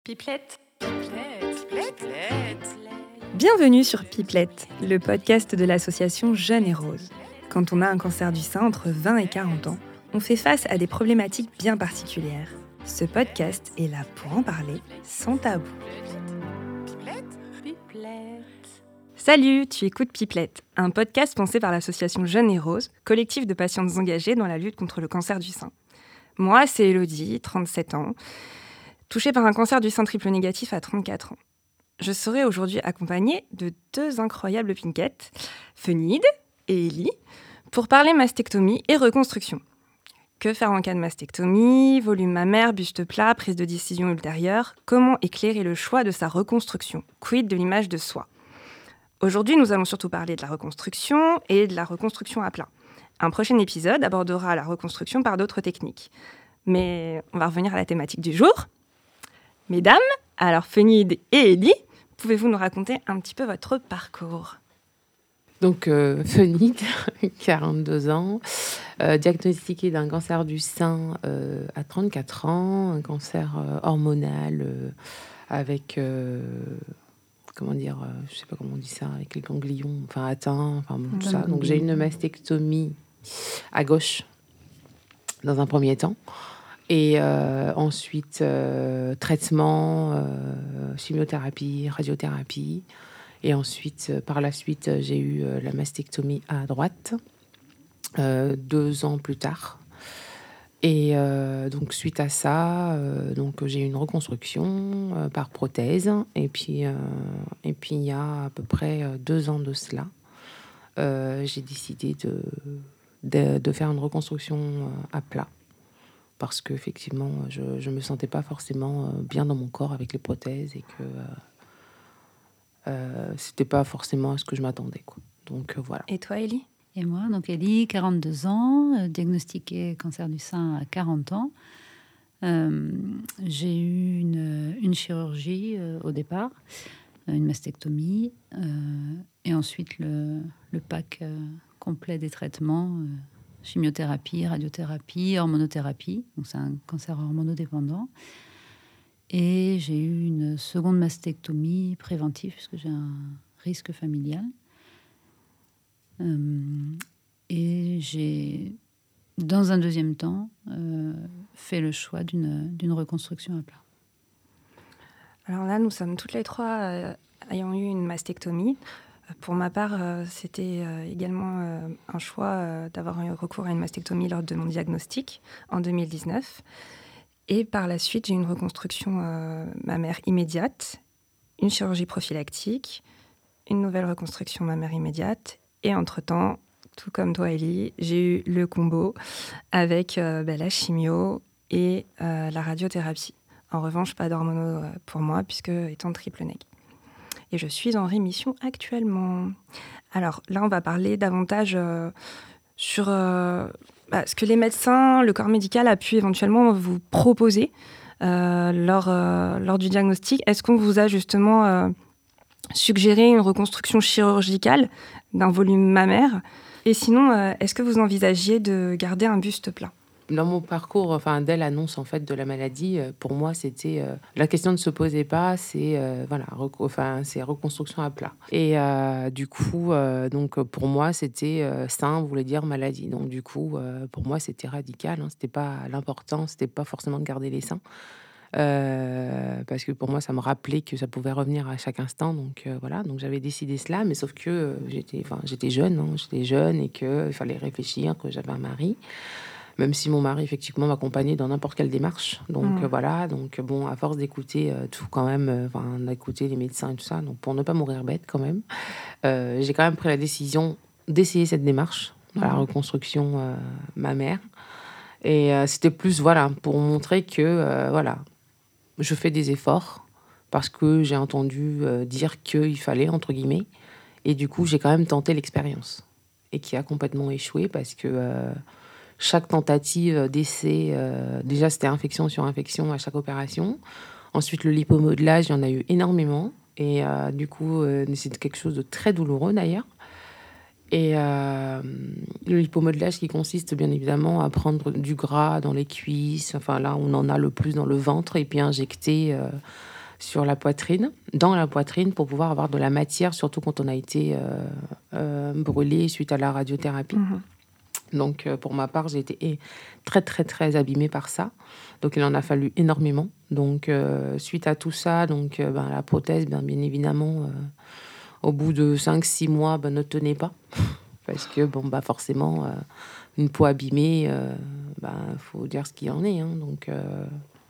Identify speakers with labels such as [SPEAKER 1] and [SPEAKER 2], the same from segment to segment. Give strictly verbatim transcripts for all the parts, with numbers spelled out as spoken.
[SPEAKER 1] Pipelette. Pipelette. Pipelette.
[SPEAKER 2] Bienvenue sur Pipelette, le podcast de l'association Jeune et Rose. Quand on a un cancer du sein entre vingt et quarante ans, on fait face à des problématiques bien particulières. Ce podcast est là pour en parler sans tabou.
[SPEAKER 1] Pipelette. Pipelette.
[SPEAKER 2] Salut, tu écoutes Pipelette, un podcast pensé par l'association Jeune et Rose, collectif de patientes engagées dans la lutte contre le cancer du sein. Moi, c'est Elodie, trente-sept ans, touchée par un cancer du sein triple négatif à trente-quatre ans. Je serai aujourd'hui accompagnée de deux incroyables pinkettes, Fenide et Ellie, pour parler mastectomie et reconstruction. Que faire en cas de mastectomie, volume mammaire, buste plat, prise de décision ultérieure, comment éclairer le choix de sa reconstruction, quid de l'image de soi. Aujourd'hui, nous allons surtout parler de la reconstruction et de la reconstruction à plat. Un prochain épisode abordera la reconstruction par d'autres techniques. Mais on va revenir à la thématique du jour. Mesdames, alors Fenide et Ellie, pouvez-vous nous raconter un petit peu votre parcours ?
[SPEAKER 3] Donc, euh, Fenide, quarante-deux ans, euh, diagnostiquée d'un cancer du sein euh, à trente-quatre ans, un cancer euh, hormonal euh, avec, euh, comment dire, euh, je ne sais pas comment on dit ça, avec les ganglions, enfin atteints, enfin bon, tout ça. Donc, j'ai une mastectomie à gauche dans un premier temps. Et euh, ensuite, euh, traitement, euh, chimiothérapie, radiothérapie. Et ensuite, euh, par la suite, j'ai eu euh, la mastectomie à droite, euh, deux ans plus tard. Et euh, donc, suite à ça, euh, donc, j'ai eu une reconstruction euh, par prothèse. Et puis, euh, et puis, il y a à peu près deux ans de cela, euh, j'ai décidé de, de, de faire une reconstruction à plat. Parce qu'effectivement, je ne me sentais pas forcément bien dans mon corps avec les prothèses et que euh, euh, c'était pas forcément ce que je m'attendais, quoi. Donc euh, voilà.
[SPEAKER 2] Et toi, Ellie ?
[SPEAKER 4] Et moi, donc Ellie, quarante-deux ans, euh, diagnostiquée cancer du sein à quarante ans. Euh, j'ai eu une, une chirurgie euh, au départ, une mastectomie, euh, et ensuite le, le pack euh, complet des traitements. Euh, chimiothérapie, radiothérapie, hormonothérapie. Donc, c'est un cancer hormonodépendant. Et j'ai eu une seconde mastectomie préventive, puisque j'ai un risque familial. Euh, et j'ai, dans un deuxième temps, euh, fait le choix d'une, d'une reconstruction à plat.
[SPEAKER 2] Alors là, nous sommes toutes les trois euh, ayant eu une mastectomie. Pour ma part, euh, c'était euh, également euh, un choix euh, d'avoir eu recours à une mastectomie lors de mon diagnostic en deux mille dix-neuf. Et par la suite, j'ai eu une reconstruction euh, mammaire immédiate, une chirurgie prophylactique, une nouvelle reconstruction mammaire immédiate. Et entre-temps, tout comme toi, Ellie, j'ai eu le combo avec euh, bah, la chimio et euh, la radiothérapie. En revanche, pas d'hormono euh, pour moi, puisque étant triple nég. Et je suis en rémission actuellement. Alors là, on va parler davantage euh, sur euh, bah, ce que les médecins, le corps médical a pu éventuellement vous proposer euh, lors, euh, lors du diagnostic. Est-ce qu'on vous a justement euh, suggéré une reconstruction chirurgicale d'un volume mammaire ? Et sinon, euh, est-ce que vous envisagiez de garder un buste plat ?
[SPEAKER 3] Dans mon parcours, enfin dès l'annonce en fait de la maladie, euh, pour moi c'était euh, la question ne se posait pas, c'est euh, voilà, rec- enfin c'est reconstruction à plat. Et euh, du coup, euh, donc pour moi c'était euh, sein voulait dire maladie. Donc du coup, euh, pour moi c'était radical. Hein, c'était pas l'important, c'était pas forcément de garder les seins, euh, parce que pour moi ça me rappelait que ça pouvait revenir à chaque instant. Donc euh, voilà, donc j'avais décidé cela, mais sauf que euh, j'étais, enfin j'étais jeune, hein, j'étais jeune et que il fallait réfléchir, que j'avais un mari. Même si mon mari, effectivement, m'accompagnait dans n'importe quelle démarche. Donc,
[SPEAKER 2] Mmh.
[SPEAKER 3] euh, voilà. Donc, bon, à force d'écouter euh, tout, quand même, euh, enfin, d'écouter les médecins et tout ça, donc pour ne pas mourir bête, quand même, euh, j'ai quand même pris la décision d'essayer cette démarche, mmh. la reconstruction euh, mammaire. Et euh, c'était plus, voilà, pour montrer que, euh, voilà, je fais des efforts parce que j'ai entendu euh, dire qu'il fallait, entre guillemets. Et du coup, j'ai quand même tenté l'expérience. Et qui a complètement échoué parce que... Euh, Chaque tentative d'essai, euh, déjà c'était infection sur infection à chaque opération. Ensuite, le lipomodelage, il y en a eu énormément. Et euh, du coup, euh, c'est quelque chose de très douloureux d'ailleurs. Et euh, le lipomodelage qui consiste bien évidemment à prendre du gras dans les cuisses. Enfin là, on en a le plus dans le ventre et puis injecter euh, sur la poitrine, dans la poitrine, pour pouvoir avoir de la matière, surtout quand on a été euh, euh, brûlé suite à la radiothérapie. Mmh. Donc, euh, pour ma part, j'ai été très, très, très abîmée par ça. Donc, il en a fallu énormément. Donc, euh, suite à tout ça, donc, euh, ben, la prothèse, ben, bien évidemment, euh, au bout de cinq six mois, ben, ne tenait pas. Parce que, bon, bah, forcément, euh, une peau abîmée, il euh, ben, faut dire ce qu'il en est. Hein. Donc, euh,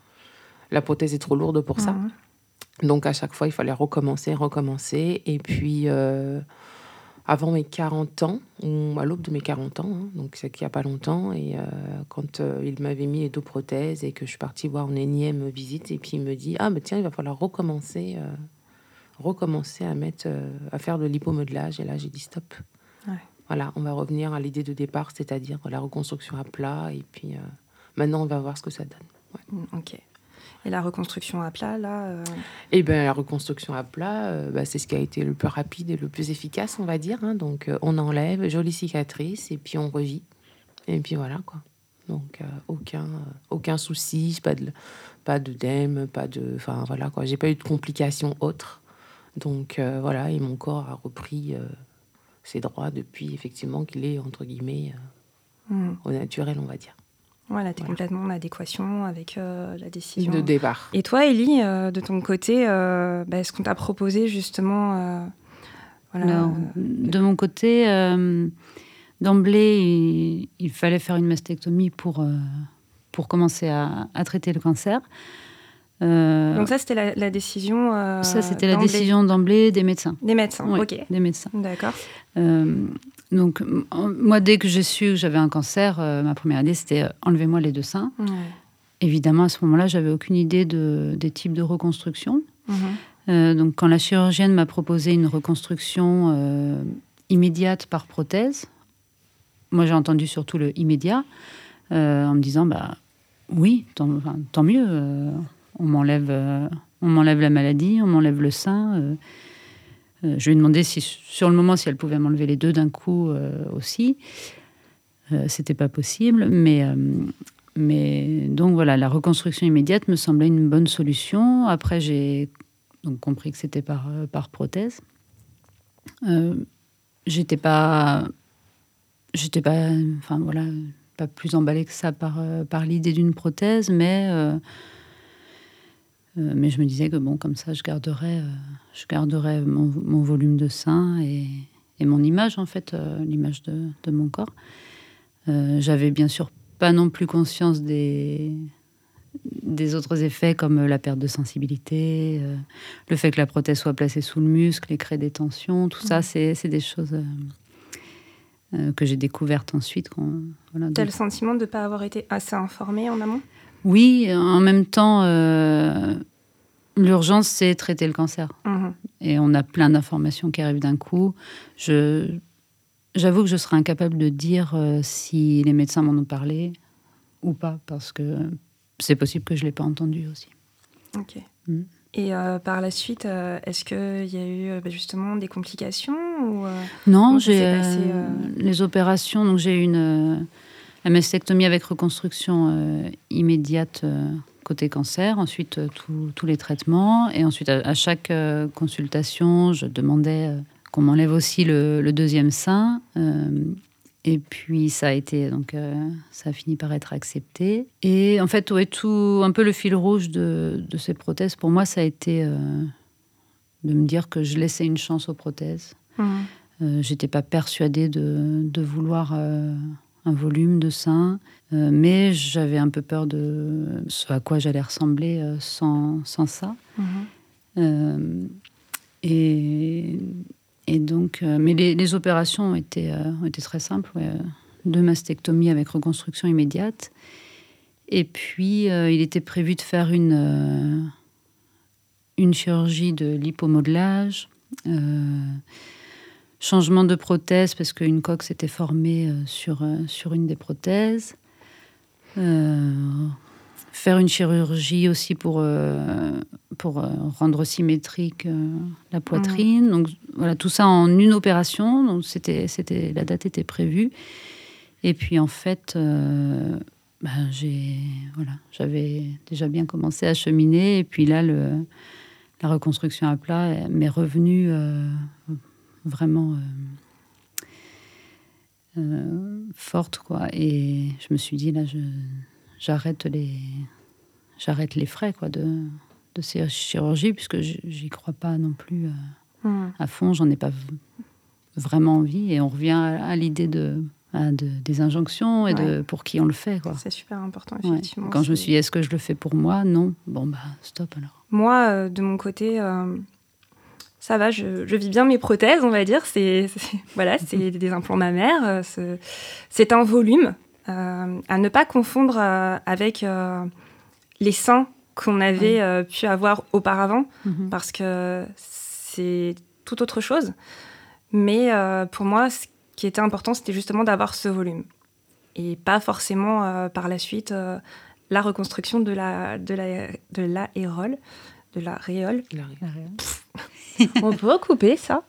[SPEAKER 3] la prothèse est trop lourde pour ça. Mmh. Donc, à chaque fois, il fallait recommencer, recommencer. Et puis... Euh, avant mes quarante ans, ou à l'aube de mes quarante ans, hein, donc c'est qu'il n'y a pas longtemps, et euh, quand euh, il m'avait mis les deux prothèses et que je suis partie voir une énième visite, et puis il me dit « Ah, mais tiens, il va falloir recommencer, euh, recommencer à, mettre, euh, à faire de l'hypomodelage. » Et là, j'ai dit « Stop. Ouais. » Voilà, on va revenir à l'idée de départ, c'est-à-dire la reconstruction à plat, et puis euh, maintenant, on va voir ce que ça donne. Ouais.
[SPEAKER 2] Ok. Et la reconstruction à plat, là euh...
[SPEAKER 3] Eh bien, la reconstruction à plat, euh, bah, c'est ce qui a été le plus rapide et le plus efficace, on va dire. Hein. Donc, euh, on enlève, jolie cicatrice, et puis on revit. Et puis voilà, quoi. Donc, euh, aucun, euh, aucun souci, pas de, pas d'œdème, pas de... Enfin, voilà, quoi. J'ai pas eu de complications autres. Donc, euh, voilà, et mon corps a repris euh, ses droits depuis, effectivement, qu'il est, entre guillemets, euh, mmh. au naturel, on va dire.
[SPEAKER 2] Voilà, tu es voilà. complètement en adéquation avec euh, la décision.
[SPEAKER 3] De départ.
[SPEAKER 2] Et toi, Élie, euh, de ton côté, euh, bah, est-ce qu'on t'a proposé justement... Euh,
[SPEAKER 4] voilà, non, euh... De mon côté, euh, d'emblée, il, il fallait faire une mastectomie pour, euh, pour commencer à, à traiter le cancer.
[SPEAKER 2] Euh, Donc ça, c'était la, la décision euh,
[SPEAKER 4] Ça, c'était d'emblée. La décision d'emblée des médecins.
[SPEAKER 2] Des médecins,
[SPEAKER 4] ouais,
[SPEAKER 2] ok.
[SPEAKER 4] Des médecins.
[SPEAKER 2] D'accord.
[SPEAKER 4] Euh, donc, moi, dès que j'ai su que j'avais un cancer, euh, ma première idée, c'était euh, enlevez-moi les deux seins. Ouais. Évidemment, à ce moment-là, j'avais aucune idée de, des types de reconstruction. Mm-hmm. Euh, donc, quand la chirurgienne m'a proposé une reconstruction euh, immédiate par prothèse, moi, j'ai entendu surtout le immédiat, euh, en me disant, bah, oui, tant, enfin, tant mieux. Euh, on m'enlève, euh, on m'enlève la maladie, on m'enlève le sein. Euh, euh, je lui ai demandé si, sur le moment si elle pouvait m'enlever les deux d'un coup euh, aussi. Euh, c'était pas possible, mais, euh, mais donc voilà, la reconstruction immédiate me semblait une bonne solution. Après, j'ai donc compris que c'était par, euh, par prothèse. Euh, j'étais pas, j'étais pas, enfin voilà, pas plus emballée que ça par, euh, par l'idée d'une prothèse, mais euh, Euh, mais je me disais que bon, comme ça, je garderais, euh, je garderais mon, mon volume de sein et, et mon image, en fait, euh, l'image de, de mon corps. Euh, j'avais bien sûr pas non plus conscience des, des autres effets comme la perte de sensibilité, euh, le fait que la prothèse soit placée sous le muscle et crée des tensions. Tout mmh. ça, c'est, c'est des choses euh, euh, que j'ai découvertes ensuite. Quand, voilà,
[SPEAKER 2] T'as donc... le sentiment de ne pas avoir été assez informée en amont ?
[SPEAKER 4] Oui, en même temps, euh, l'urgence, c'est traiter le cancer. Mmh. Et on a plein d'informations qui arrivent d'un coup. Je, j'avoue que je serais incapable de dire euh, si les médecins m'en ont parlé ou pas, parce que c'est possible que je ne l'ai pas entendu aussi.
[SPEAKER 2] Ok. Mmh. Et euh, par la suite, euh, est-ce qu'il y a eu euh, justement des complications ou, euh,
[SPEAKER 4] Non, j'ai passé, euh, les opérations. Donc j'ai eu une... Euh, La mastectomie avec reconstruction euh, immédiate euh, côté cancer, ensuite euh, tous les traitements, et ensuite à, à chaque euh, consultation, je demandais euh, qu'on m'enlève aussi le, le deuxième sein, euh, et puis ça a été donc euh, ça a fini par être accepté. Et en fait, ouais, tout un peu le fil rouge de, de ces prothèses pour moi, ça a été euh, de me dire que je laissais une chance aux prothèses. Mmh. Euh, j'étais pas persuadée de, de vouloir euh, un volume de sein, euh, mais j'avais un peu peur de ce à quoi j'allais ressembler euh, sans, sans ça. Mmh. Euh, et, et donc, euh, mais les, les opérations ont été, euh, ont été très simples. Ouais. Deux mastectomies avec reconstruction immédiate. Et puis, euh, il était prévu de faire une, euh, une chirurgie de lipomodelage. Euh, Changement de prothèse parce qu'une coque s'était formée euh, sur, euh, sur une des prothèses. Euh, faire une chirurgie aussi pour, euh, pour euh, rendre symétrique euh, la poitrine. Mmh. Donc voilà, tout ça en une opération. Donc c'était, c'était, la date était prévue. Et puis en fait, euh, ben, j'ai, voilà, j'avais déjà bien commencé à cheminer. Et puis là, le, la reconstruction à plat m'est revenue euh, vraiment euh, euh, forte, quoi. Et je me suis dit, là, je, j'arrête, les, j'arrête les frais, quoi, de, de ces chirurgies, puisque j'y crois pas non plus euh, mmh. à fond. J'en ai pas v- vraiment envie. Et on revient à, à l'idée de... De, des injonctions et ouais. de pour qui on le fait, quoi.
[SPEAKER 2] C'est super important, effectivement.
[SPEAKER 4] Ouais. Quand je me suis dit, est-ce que je le fais pour moi ? Non. Bon, bah, stop alors.
[SPEAKER 2] Moi, euh, de mon côté, euh, ça va, je, je vis bien mes prothèses, on va dire. C'est, c'est, voilà, c'est des implants mammaires. Euh, c'est, c'est un volume euh, à ne pas confondre euh, avec euh, les seins qu'on avait ouais. euh, pu avoir auparavant, mm-hmm. parce que c'est tout autre chose. Mais euh, pour moi, ce qui était important, c'était justement d'avoir ce volume. Et pas forcément, euh, par la suite, euh, la reconstruction de, la, de, la, de l'aérole, de la réole.
[SPEAKER 3] La réole.
[SPEAKER 2] On peut couper ça.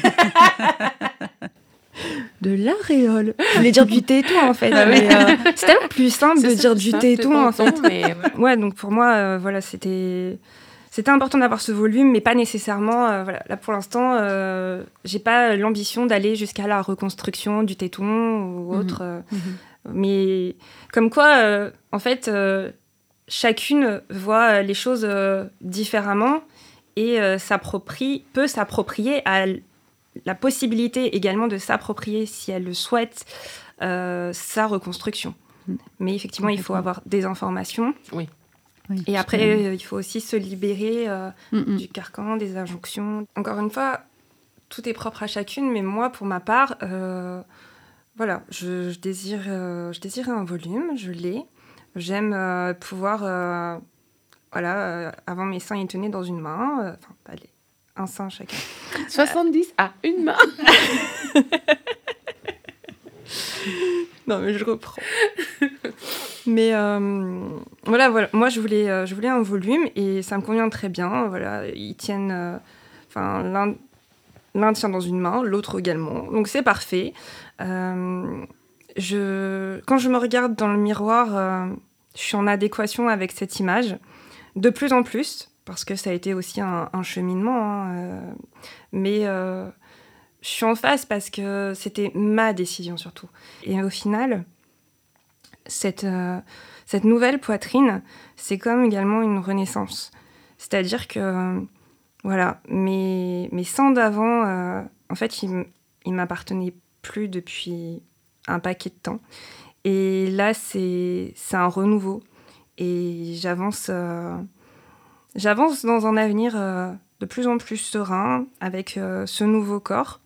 [SPEAKER 2] De l'aréole. Je voulais dire du téton, en fait. Ah mais, euh, c'est tellement plus simple c'est de dire du téton, en fait. Mais, ouais. ouais, donc pour moi, euh, voilà, c'était... C'était important d'avoir ce volume, mais pas nécessairement... Euh, voilà. Là, pour l'instant, euh, j'ai pas l'ambition d'aller jusqu'à la reconstruction du téton ou autre. Mmh. Euh, mmh. Mais comme quoi, euh, en fait, euh, chacune voit les choses euh, différemment et euh, s'approprie, peut s'approprier à la possibilité également de s'approprier, si elle le souhaite, euh, sa reconstruction. Mmh. Mais effectivement, il faut avoir des informations.
[SPEAKER 3] Oui.
[SPEAKER 2] Oui, et après, euh, il faut aussi se libérer euh, mm-hmm. du carcan, des injonctions. Encore une fois, tout est propre à chacune, mais moi, pour ma part, euh, voilà, je, je, désire, euh, je désire un volume, je l'ai. J'aime euh, pouvoir, euh, voilà, euh, avant mes seins, ils tenaient dans une main, enfin, euh, pas les, un sein chacun.
[SPEAKER 3] soixante-dix à une main.
[SPEAKER 2] Non, mais je reprends. Mais euh, voilà, voilà, moi je voulais, euh, je voulais un volume et ça me convient très bien. Voilà, ils tiennent, enfin euh, l'un, l'un tient dans une main, l'autre également, donc c'est parfait. Euh, je, quand je me regarde dans le miroir, euh, je suis en adéquation avec cette image, de plus en plus, parce que ça a été aussi un, un cheminement. Hein, euh, mais euh, je suis en phase parce que c'était ma décision surtout. Et au final. Cette, euh, cette nouvelle poitrine, c'est comme également une renaissance. C'est-à-dire que, euh, voilà, mes, mes seins d'avant, euh, en fait, ils, ils m'appartenaient plus depuis un paquet de temps. Et là, c'est, c'est un renouveau. Et j'avance, euh, j'avance dans un avenir euh, de plus en plus serein avec euh, ce nouveau corps.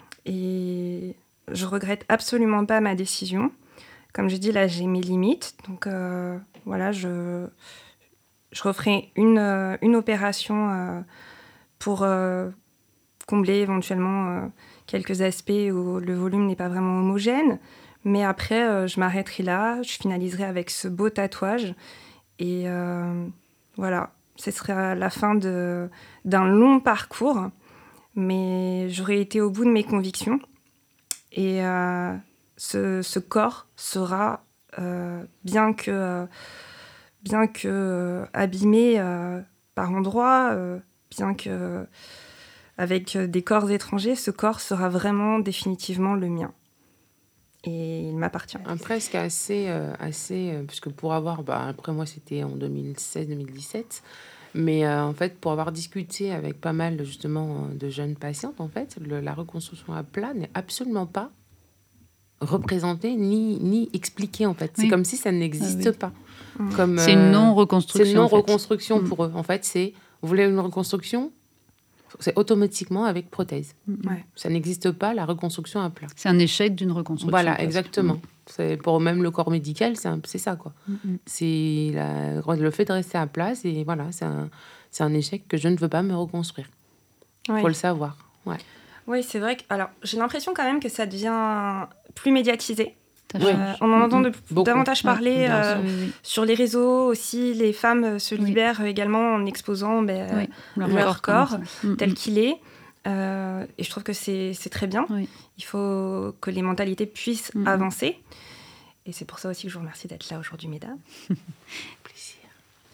[SPEAKER 2] Et je regrette absolument pas ma décision. Comme je dis, là, j'ai mes limites. Donc, euh, voilà, je, je referai une, euh, une opération euh, pour euh, combler éventuellement euh, quelques aspects où le volume n'est pas vraiment homogène. Mais après, euh, je m'arrêterai là. Je finaliserai avec ce beau tatouage. Et euh, voilà, ce sera la fin de, d'un long parcours. Mais j'aurai été au bout de mes convictions. Et... Euh, Ce, ce corps sera, euh, bien que, euh, bien que euh, abîmé euh, par endroits, euh, bien que euh, avec des corps étrangers, ce corps sera vraiment définitivement le mien. Et il m'appartient.
[SPEAKER 3] Après, ce qui est assez, euh, assez euh, puisque pour avoir, bah, après moi c'était en deux mille seize deux mille dix-sept, mais euh, en fait pour avoir discuté avec pas mal justement de jeunes patientes, en fait, le, la reconstruction à plat n'est absolument pas représenter ni, ni expliquer, en fait. C'est oui. comme si ça n'existe ah, oui. pas.
[SPEAKER 4] Mmh.
[SPEAKER 3] Comme,
[SPEAKER 4] c'est une non-reconstruction.
[SPEAKER 3] C'est une non-reconstruction
[SPEAKER 4] en fait.
[SPEAKER 3] pour eux. En fait, c'est... Vous voulez une reconstruction ? C'est automatiquement avec prothèse.
[SPEAKER 2] Ouais.
[SPEAKER 3] Ça n'existe pas, la reconstruction à plat.
[SPEAKER 4] C'est un échec d'une reconstruction.
[SPEAKER 3] Voilà, exactement. Mmh. C'est pour même le corps médical, c'est, un, c'est ça, quoi. Mmh. C'est la, le fait de rester à plat, c'est, voilà, c'est, un, c'est un échec que je ne veux pas me reconstruire. Il ouais. faut le savoir. Ouais.
[SPEAKER 2] Oui, c'est vrai que alors, j'ai l'impression quand même que ça devient plus médiatisé.
[SPEAKER 3] Oui.
[SPEAKER 2] Euh, on en entend de, davantage parler ouais, euh, oui, oui. sur les réseaux aussi. Les femmes se libèrent oui. également en exposant ben, oui. leur, leur corps, corps mm-hmm. tel qu'il est. Euh, et je trouve que c'est, c'est très bien. Oui. Il faut que les mentalités puissent mm-hmm. avancer. Et c'est pour ça aussi que je vous remercie d'être là aujourd'hui, mesdames.
[SPEAKER 3] Plaisir.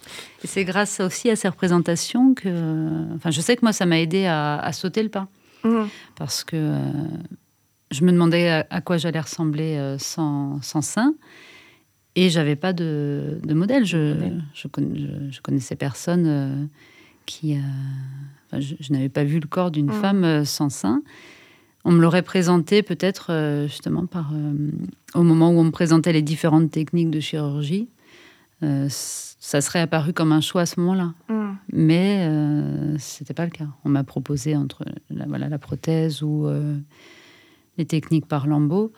[SPEAKER 4] Et c'est grâce aussi à ces représentations que... Enfin, je sais que moi, ça m'a aidé à, à sauter le pas.
[SPEAKER 2] Mmh.
[SPEAKER 4] Parce que euh, je me demandais à, à quoi j'allais ressembler euh, sans, sans sein. Et j'avais pas de, de modèle. Je, je, je, je connaissais personne euh, qui... Euh, enfin, je, je n'avais pas vu le corps d'une mmh. femme euh, sans sein. On me l'aurait présenté peut-être euh, justement par, euh, au moment où on me présentait les différentes techniques de chirurgie. Euh, ça serait apparu comme un choix à ce moment-là. Mmh. Mais euh, ce n'était pas le cas. On m'a proposé entre la, voilà, la prothèse ou euh, les techniques par lambeaux.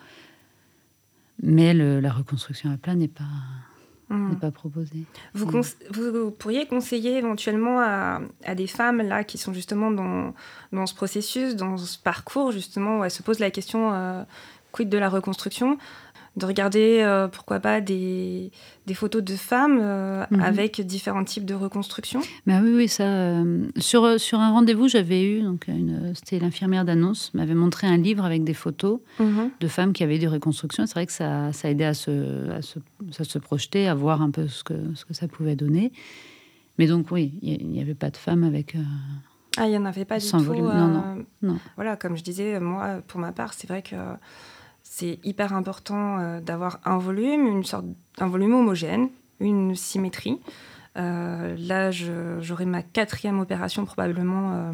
[SPEAKER 4] Mais le, la reconstruction à plat n'est pas, mmh. n'est pas proposée.
[SPEAKER 2] Vous, cons- vous pourriez conseiller éventuellement à, à des femmes là, qui sont justement dans, dans ce processus, dans ce parcours justement, où elles se posent la question euh, quid de la reconstruction, de regarder, euh, pourquoi pas, des, des photos de femmes euh, mmh. avec différents types de reconstruction.
[SPEAKER 4] Ben oui, oui, ça... Euh, sur, sur un rendez-vous, j'avais eu, donc une, c'était l'infirmière d'annonce, m'avait montré un livre avec des photos mmh. de femmes qui avaient des reconstructions. C'est vrai que ça, ça aidait à se, à, se, à se projeter, à voir un peu ce que, ce que ça pouvait donner. Mais donc, oui, il n'y avait pas de femmes avec... Euh,
[SPEAKER 2] ah, il n'y en avait pas du
[SPEAKER 4] sans
[SPEAKER 2] tout.
[SPEAKER 4] Volume.
[SPEAKER 2] Euh,
[SPEAKER 4] non, non, non.
[SPEAKER 2] Voilà, comme je disais, moi, pour ma part, c'est vrai que... C'est hyper important euh, d'avoir un volume, une sorte, un volume homogène, une symétrie. Euh, là, je, j'aurai ma quatrième opération probablement euh,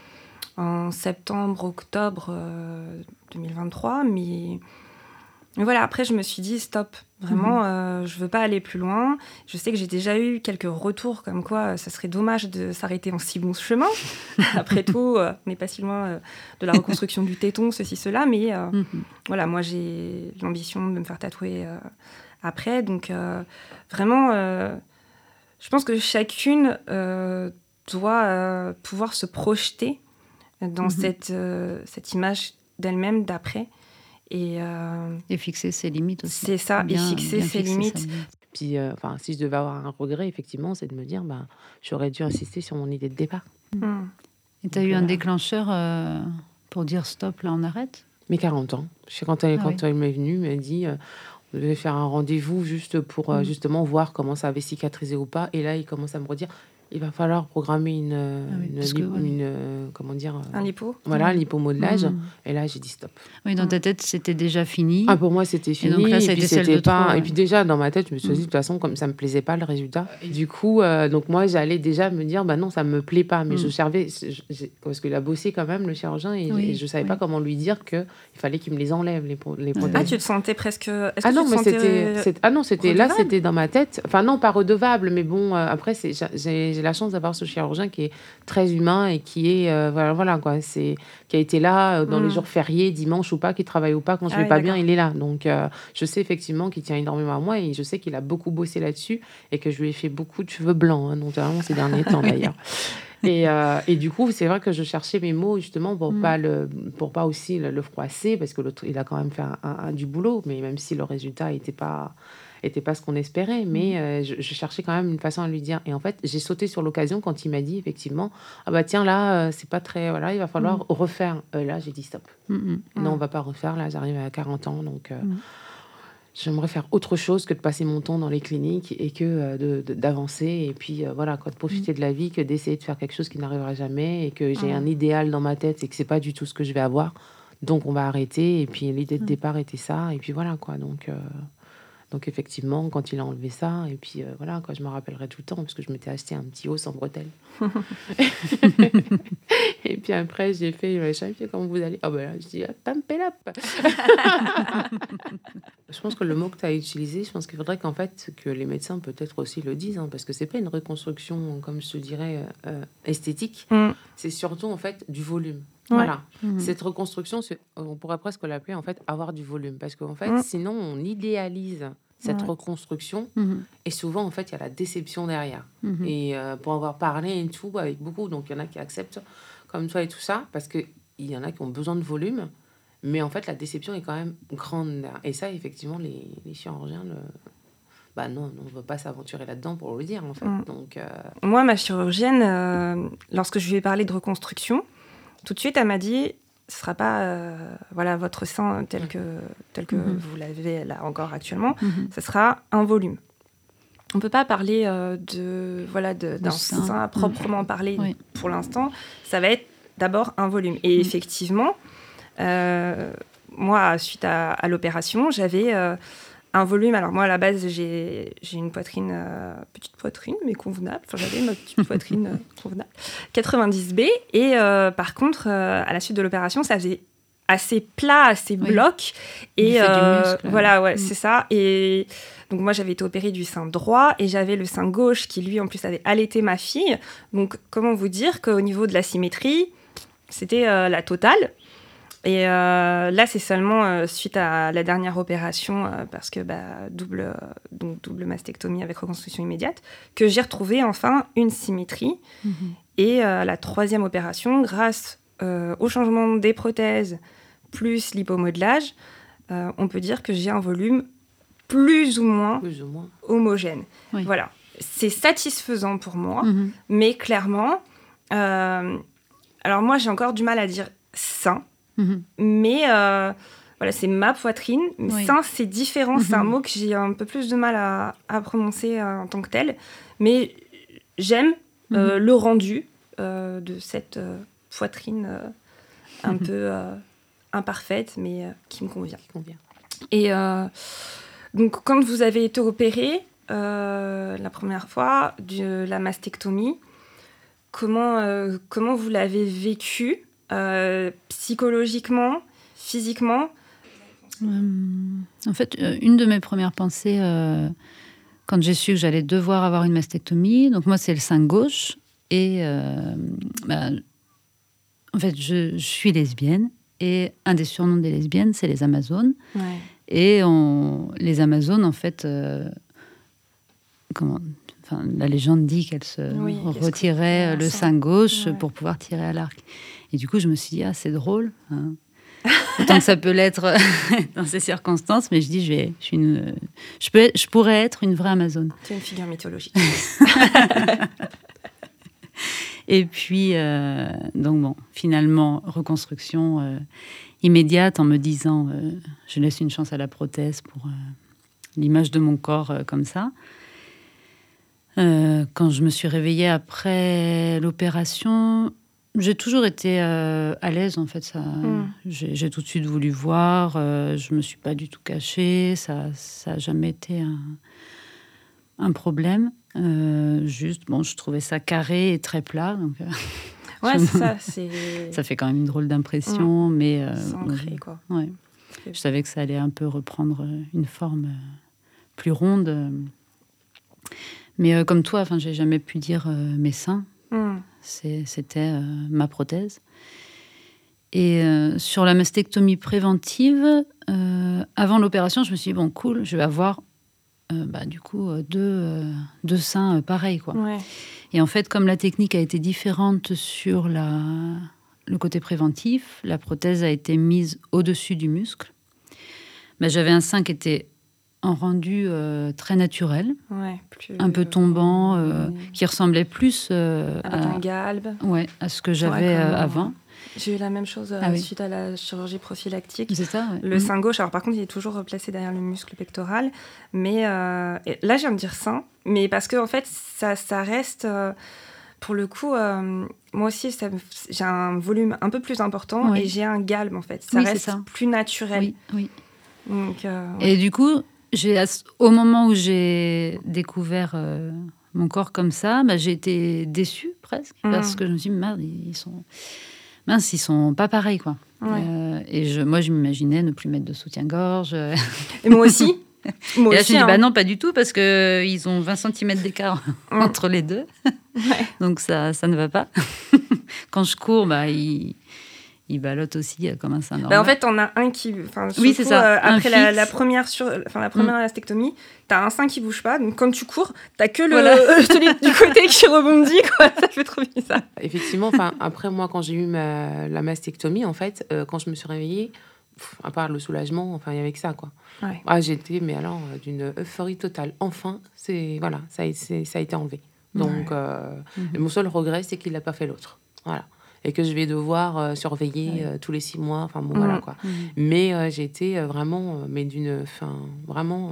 [SPEAKER 2] en septembre, octobre euh, deux mille vingt-trois. Mais, mais voilà, après, je me suis dit stop. Vraiment, euh, je veux pas aller plus loin. Je sais que j'ai déjà eu quelques retours comme quoi euh, ça serait dommage de s'arrêter en si bon chemin. Après tout, euh, on n'est pas si loin euh, de la reconstruction du téton, ceci, cela. Mais euh, mm-hmm. voilà, moi, j'ai l'ambition de me faire tatouer euh, après. Donc, euh, vraiment, euh, je pense que chacune euh, doit euh, pouvoir se projeter dans mm-hmm. cette, euh, cette image d'elle-même d'après. Et, euh,
[SPEAKER 4] et fixer ses limites aussi.
[SPEAKER 2] C'est ça, bien, et fixer ses limites.
[SPEAKER 3] Limite. Puis, euh, si je devais avoir un regret, effectivement, c'est de me dire, bah, j'aurais dû insister sur mon idée de départ.
[SPEAKER 4] Mmh. Et tu as eu un déclencheur euh, pour dire stop, là, on arrête ?
[SPEAKER 3] Mes quarante ans. Je sais, quand elle,
[SPEAKER 4] ah,
[SPEAKER 3] quand
[SPEAKER 4] oui.
[SPEAKER 3] elle m'est venue, elle m'a dit, euh, on devait faire un rendez-vous juste pour euh, mmh. justement voir comment ça avait cicatrisé ou pas. Et là, il commence à me redire, il va falloir programmer une, ah oui, une, que, ouais. une euh, comment dire euh,
[SPEAKER 2] un lipo.
[SPEAKER 3] Voilà,
[SPEAKER 2] mmh.
[SPEAKER 3] un lipomodelage. Mmh. Et là, j'ai dit stop.
[SPEAKER 4] Oui, dans ta tête, c'était déjà fini.
[SPEAKER 3] Ah, pour moi, c'était fini.
[SPEAKER 4] Et donc là, ça a été celle de
[SPEAKER 3] pas...
[SPEAKER 4] trop, ouais.
[SPEAKER 3] Et puis déjà, dans ma tête, je me suis dit, mmh. de toute façon, comme ça me plaisait pas le résultat. Et du coup, euh, donc moi, j'allais déjà me dire, bah non, ça me plaît pas. Mais mmh. je servais, parce qu'il a bossé quand même, le chirurgien, et, oui, et je savais oui. pas comment lui dire que il fallait qu'il me les enlève, les, les prothèses.
[SPEAKER 2] Ah, tu te sentais presque... Est-ce
[SPEAKER 3] ah,
[SPEAKER 2] que
[SPEAKER 3] non,
[SPEAKER 2] tu
[SPEAKER 3] mais
[SPEAKER 2] te
[SPEAKER 3] c'était,
[SPEAKER 2] sentais...
[SPEAKER 3] c'était... Ah non, c'était là, c'était dans ma tête. Enfin, non, pas redevable, mais bon, euh, après, c'est... J'ai... j'ai la chance d'avoir ce chirurgien qui est très humain et qui est... Euh, voilà, voilà, quoi. C'est... Qui a été là euh, dans mmh. les jours fériés, dimanche ou pas, qui travaille ou pas, quand je vais ah, pas d'accord. bien, il est là. Donc, euh, je sais effectivement qu'il tient énormément à moi et je sais qu'il a beaucoup bossé là-dessus et que je lui ai fait beaucoup de cheveux blancs, hein, notamment ces derniers temps, d'ailleurs. Et, euh, et du coup, c'est vrai que je cherchais mes mots justement pour mmh. pas le, pour pas aussi le, le froisser, parce que l'autre, il a quand même fait un, un, un, du boulot, mais même si le résultat était pas, était pas ce qu'on espérait, mais mmh. euh, je, je cherchais quand même une façon à lui dire. Et en fait, j'ai sauté sur l'occasion quand il m'a dit effectivement, ah bah tiens là, euh, c'est pas très, voilà, il va falloir mmh. refaire. Euh, là, j'ai dit stop. Mmh. Non, on va pas refaire. Là, j'arrive à quarante ans, donc. Euh, mmh. J'aimerais faire autre chose que de passer mon temps dans les cliniques et que euh, de, de, d'avancer et puis euh, voilà, quoi, de profiter mmh. de la vie, que d'essayer de faire quelque chose qui n'arrivera jamais et que j'ai mmh. un idéal dans ma tête et que c'est pas du tout ce que je vais avoir. Donc on va arrêter. Et puis l'idée de mmh. départ était ça. Et puis voilà, quoi. Donc, euh, donc effectivement, quand il a enlevé ça, et puis euh, voilà, quoi, je me rappellerai tout le temps parce que je m'étais acheté un petit haut sans bretelles. Et puis après, j'ai fait, je sais pas comment vous allez. Ah oh, ben là, je dis, pam, pelap. Je pense que le mot que tu as utilisé, je pense qu'il faudrait qu'en fait, que les médecins peut-être aussi le disent, hein, parce que c'est pas une reconstruction, comme je te dirais, euh, esthétique. Mm. C'est surtout en fait du volume. Ouais. Voilà. Mmh. Cette reconstruction, c'est, on pourrait presque l'appeler en fait avoir du volume, parce qu'en fait, mmh. sinon on idéalise cette ouais. reconstruction mmh. et souvent en fait il y a la déception derrière. Mmh. Et euh, pour avoir parlé et tout avec beaucoup, donc il y en a qui acceptent comme toi et tout ça, parce que il y en a qui ont besoin de volume, mais en fait la déception est quand même grande. Et ça, effectivement, les, les chirurgiens le bah non, on ne veut pas s'aventurer là-dedans pour le dire en fait. Mmh. Donc euh...
[SPEAKER 2] moi, ma chirurgienne, euh, lorsque je lui ai parlé de reconstruction, tout de suite, elle m'a dit, ce ne sera pas euh, voilà, votre sein tel que, tel que mm-hmm. vous l'avez là encore actuellement, mm-hmm. ce sera un volume. on peut pas parler euh, de voilà de, d'un
[SPEAKER 4] sein.
[SPEAKER 2] sein à proprement
[SPEAKER 4] Mmh.
[SPEAKER 2] parler
[SPEAKER 4] Oui.
[SPEAKER 2] pour l'instant. Ça va être d'abord un volume. Et
[SPEAKER 4] Mmh.
[SPEAKER 2] effectivement, euh, moi, suite à, à l'opération, j'avais euh, un volume. Alors moi, à la base, j'ai, j'ai une poitrine, euh, petite poitrine, mais convenable. Enfin, j'avais ma petite poitrine euh, convenable, quatre-vingt-dix B. Et euh, par contre, euh, à la suite de l'opération, ça faisait assez plat, assez
[SPEAKER 4] Oui.
[SPEAKER 2] bloc.
[SPEAKER 4] Du
[SPEAKER 2] Et
[SPEAKER 4] fait du
[SPEAKER 2] euh,
[SPEAKER 4] muscle.
[SPEAKER 2] voilà, ouais,
[SPEAKER 4] Mm.
[SPEAKER 2] c'est ça. Et donc moi, j'avais été opérée du sein droit et j'avais le sein gauche qui, lui, en plus, avait allaité ma fille. Donc, comment vous dire qu'au niveau de la symétrie, c'était euh, la totale. Et euh, là, c'est seulement euh, suite à la dernière opération, euh, parce que bah, double, euh, donc, double mastectomie avec reconstruction immédiate, que j'ai retrouvé enfin une symétrie.
[SPEAKER 4] Mhm.
[SPEAKER 2] Et euh, la troisième opération, grâce euh, au changement des prothèses plus l'hypomodelage, euh, on peut dire que j'ai un volume plus ou moins
[SPEAKER 3] Plus ou moins.
[SPEAKER 2] homogène.
[SPEAKER 4] Oui.
[SPEAKER 2] Voilà. C'est satisfaisant pour moi,
[SPEAKER 4] Mhm.
[SPEAKER 2] mais clairement, euh, alors moi, j'ai encore du mal à dire sein,
[SPEAKER 4] Mhm.
[SPEAKER 2] mais euh, voilà, c'est ma poitrine. Mais
[SPEAKER 4] Oui.
[SPEAKER 2] sein, c'est différent. C'est un
[SPEAKER 4] Mhm.
[SPEAKER 2] mot que j'ai un peu plus de mal à, à prononcer euh, en tant que tel. Mais j'aime euh,
[SPEAKER 4] Mhm.
[SPEAKER 2] le rendu euh, de cette euh, poitrine euh, un
[SPEAKER 4] Mhm.
[SPEAKER 2] peu euh, imparfaite, mais euh, qui me convient.
[SPEAKER 3] Qui convient.
[SPEAKER 2] Et euh, donc, quand vous avez été opérée euh, la première fois de la mastectomie, comment, euh, comment vous l'avez vécu euh, psychologiquement, physiquement?
[SPEAKER 4] Euh, en fait, euh, une de mes premières pensées, euh, quand j'ai su que j'allais devoir avoir une mastectomie, donc moi, c'est le sein gauche. Et euh, bah, en fait, je, je suis lesbienne. Et un des surnoms des lesbiennes, c'est les Amazones.
[SPEAKER 2] Ouais.
[SPEAKER 4] Et on, les Amazones, en fait, euh, comment, enfin, la légende dit qu'elles se
[SPEAKER 2] Oui, qu'elles se
[SPEAKER 4] retiraient
[SPEAKER 2] coupaient
[SPEAKER 4] le
[SPEAKER 2] un
[SPEAKER 4] sein
[SPEAKER 2] sein.
[SPEAKER 4] gauche
[SPEAKER 2] Ouais.
[SPEAKER 4] pour pouvoir tirer à l'arc. Et du coup, je me suis dit, ah, c'est drôle. Hein. Autant que ça peut l'être dans ces circonstances, mais je dis, je, vais, je, suis une, je, peux, je pourrais être une vraie Amazone.
[SPEAKER 2] C'est une figure mythologique.
[SPEAKER 4] Et puis, euh, donc bon, finalement, reconstruction euh, immédiate en me disant, euh, je laisse une chance à la prothèse pour euh, l'image de mon corps euh, comme ça. Euh, quand je me suis réveillée après l'opération, j'ai toujours été euh, à l'aise, en fait. Ça,
[SPEAKER 2] Mm.
[SPEAKER 4] j'ai, j'ai tout de suite voulu voir, euh, je ne me suis pas du tout cachée, ça n'a jamais été un, un problème. Euh, juste, bon, je trouvais ça carré et très plat. Donc, euh,
[SPEAKER 2] Ouais,
[SPEAKER 4] je-
[SPEAKER 2] c'est ça. C'est
[SPEAKER 4] ça fait quand même une drôle d'impression, mais euh,
[SPEAKER 2] c'est
[SPEAKER 4] bon,
[SPEAKER 2] ancré,
[SPEAKER 4] je-
[SPEAKER 2] quoi.
[SPEAKER 4] ouais. Je savais que ça allait un peu reprendre euh, une forme euh, plus ronde. euh. Mais euh, comme toi, enfin, j'ai jamais pu dire euh, mes seins.
[SPEAKER 2] Mm.
[SPEAKER 4] C'est- C'était euh, ma prothèse. Et euh, sur la mastectomie préventive, euh, avant l'opération, je me suis dit, bon, cool, je vais avoir euh, bah, du coup euh, deux, euh, deux seins euh, pareils, quoi.
[SPEAKER 2] Ouais.
[SPEAKER 4] Et en fait, comme la technique a été différente sur la, le côté préventif, la prothèse a été mise au-dessus du muscle. Bah, j'avais un sein qui était en rendu euh, très naturel,
[SPEAKER 2] Ouais, plus,
[SPEAKER 4] un peu tombant, euh,
[SPEAKER 2] ouais.
[SPEAKER 4] qui ressemblait plus euh,
[SPEAKER 2] Avec
[SPEAKER 4] à,
[SPEAKER 2] un galbe.
[SPEAKER 4] ouais, à ce que
[SPEAKER 2] Ouais,
[SPEAKER 4] j'avais
[SPEAKER 2] comme,
[SPEAKER 4] euh,
[SPEAKER 2] euh,
[SPEAKER 4] avant.
[SPEAKER 2] J'ai eu la même chose euh,
[SPEAKER 4] Ah oui.
[SPEAKER 2] suite à la chirurgie prophylactique.
[SPEAKER 4] C'est ça, ouais.
[SPEAKER 2] Le
[SPEAKER 4] Mhm.
[SPEAKER 2] sein gauche, alors par contre, il est toujours placé derrière le muscle pectoral. Mais euh, et là, je viens de dire sein. Mais parce que, en fait, ça, ça reste. euh, pour le coup, euh, moi aussi, ça me- j'ai un volume un peu plus important
[SPEAKER 4] Ouais.
[SPEAKER 2] et j'ai un galbe, en fait. Ça
[SPEAKER 4] Oui, c'est
[SPEAKER 2] reste
[SPEAKER 4] ça.
[SPEAKER 2] plus naturel.
[SPEAKER 4] Oui, oui.
[SPEAKER 2] Donc, euh, ouais.
[SPEAKER 4] Et du coup, j'ai, ass- au moment où j'ai découvert euh, mon corps comme ça, bah, j'ai été déçue presque,
[SPEAKER 2] Mhm.
[SPEAKER 4] parce que je me suis dit, merde, ils sont, mince, ils sont pas pareils, quoi.
[SPEAKER 2] Ouais.
[SPEAKER 4] Euh, et je, moi, je m'imaginais ne plus mettre de soutien-gorge. Et
[SPEAKER 2] Et moi aussi. Moi
[SPEAKER 4] là, je
[SPEAKER 2] aussi,
[SPEAKER 4] me dis,
[SPEAKER 2] hein.
[SPEAKER 4] bah non, pas du tout, parce qu'ils ont vingt centimètres d'écart
[SPEAKER 2] Mm.
[SPEAKER 4] entre les deux.
[SPEAKER 2] Ouais.
[SPEAKER 4] Donc ça, ça ne va pas. Quand je cours, bah, il, il ballotte aussi euh, comme un sein normal.
[SPEAKER 2] Bah, en fait, t'en as un qui. Enfin,
[SPEAKER 4] Oui,
[SPEAKER 2] surtout,
[SPEAKER 4] c'est ça.
[SPEAKER 2] euh,
[SPEAKER 4] Un
[SPEAKER 2] après la,
[SPEAKER 4] fixe.
[SPEAKER 2] la première sur, enfin la première mastectomie, t'as un sein qui bouge pas. Donc quand tu cours, t'as que le
[SPEAKER 4] Voilà.
[SPEAKER 2] celui du côté qui rebondit, quoi. Ça fait trop bizarre.
[SPEAKER 3] Effectivement, enfin, après moi, quand j'ai eu ma, la mastectomie, en fait, euh, quand je me suis réveillée, pff, à part le soulagement, enfin, il y avait que ça, quoi.
[SPEAKER 2] Ouais.
[SPEAKER 3] Ah, j'étais, mais alors, euh, d'une euphorie totale. Enfin, c'est voilà, ça, a- c'est- ça a été enlevé. Donc,
[SPEAKER 2] Ouais.
[SPEAKER 3] euh,
[SPEAKER 4] Mhm.
[SPEAKER 3] et mon seul regret, c'est qu'il l'a pas fait l'autre. Voilà. Et que je vais devoir euh, surveiller
[SPEAKER 4] Ouais.
[SPEAKER 3] euh, tous les six mois. Enfin, bon,
[SPEAKER 2] Mhm.
[SPEAKER 3] voilà, quoi.
[SPEAKER 4] Mhm.
[SPEAKER 3] Mais euh, j'ai été euh, vraiment, euh, mais d'une, enfin, vraiment euh,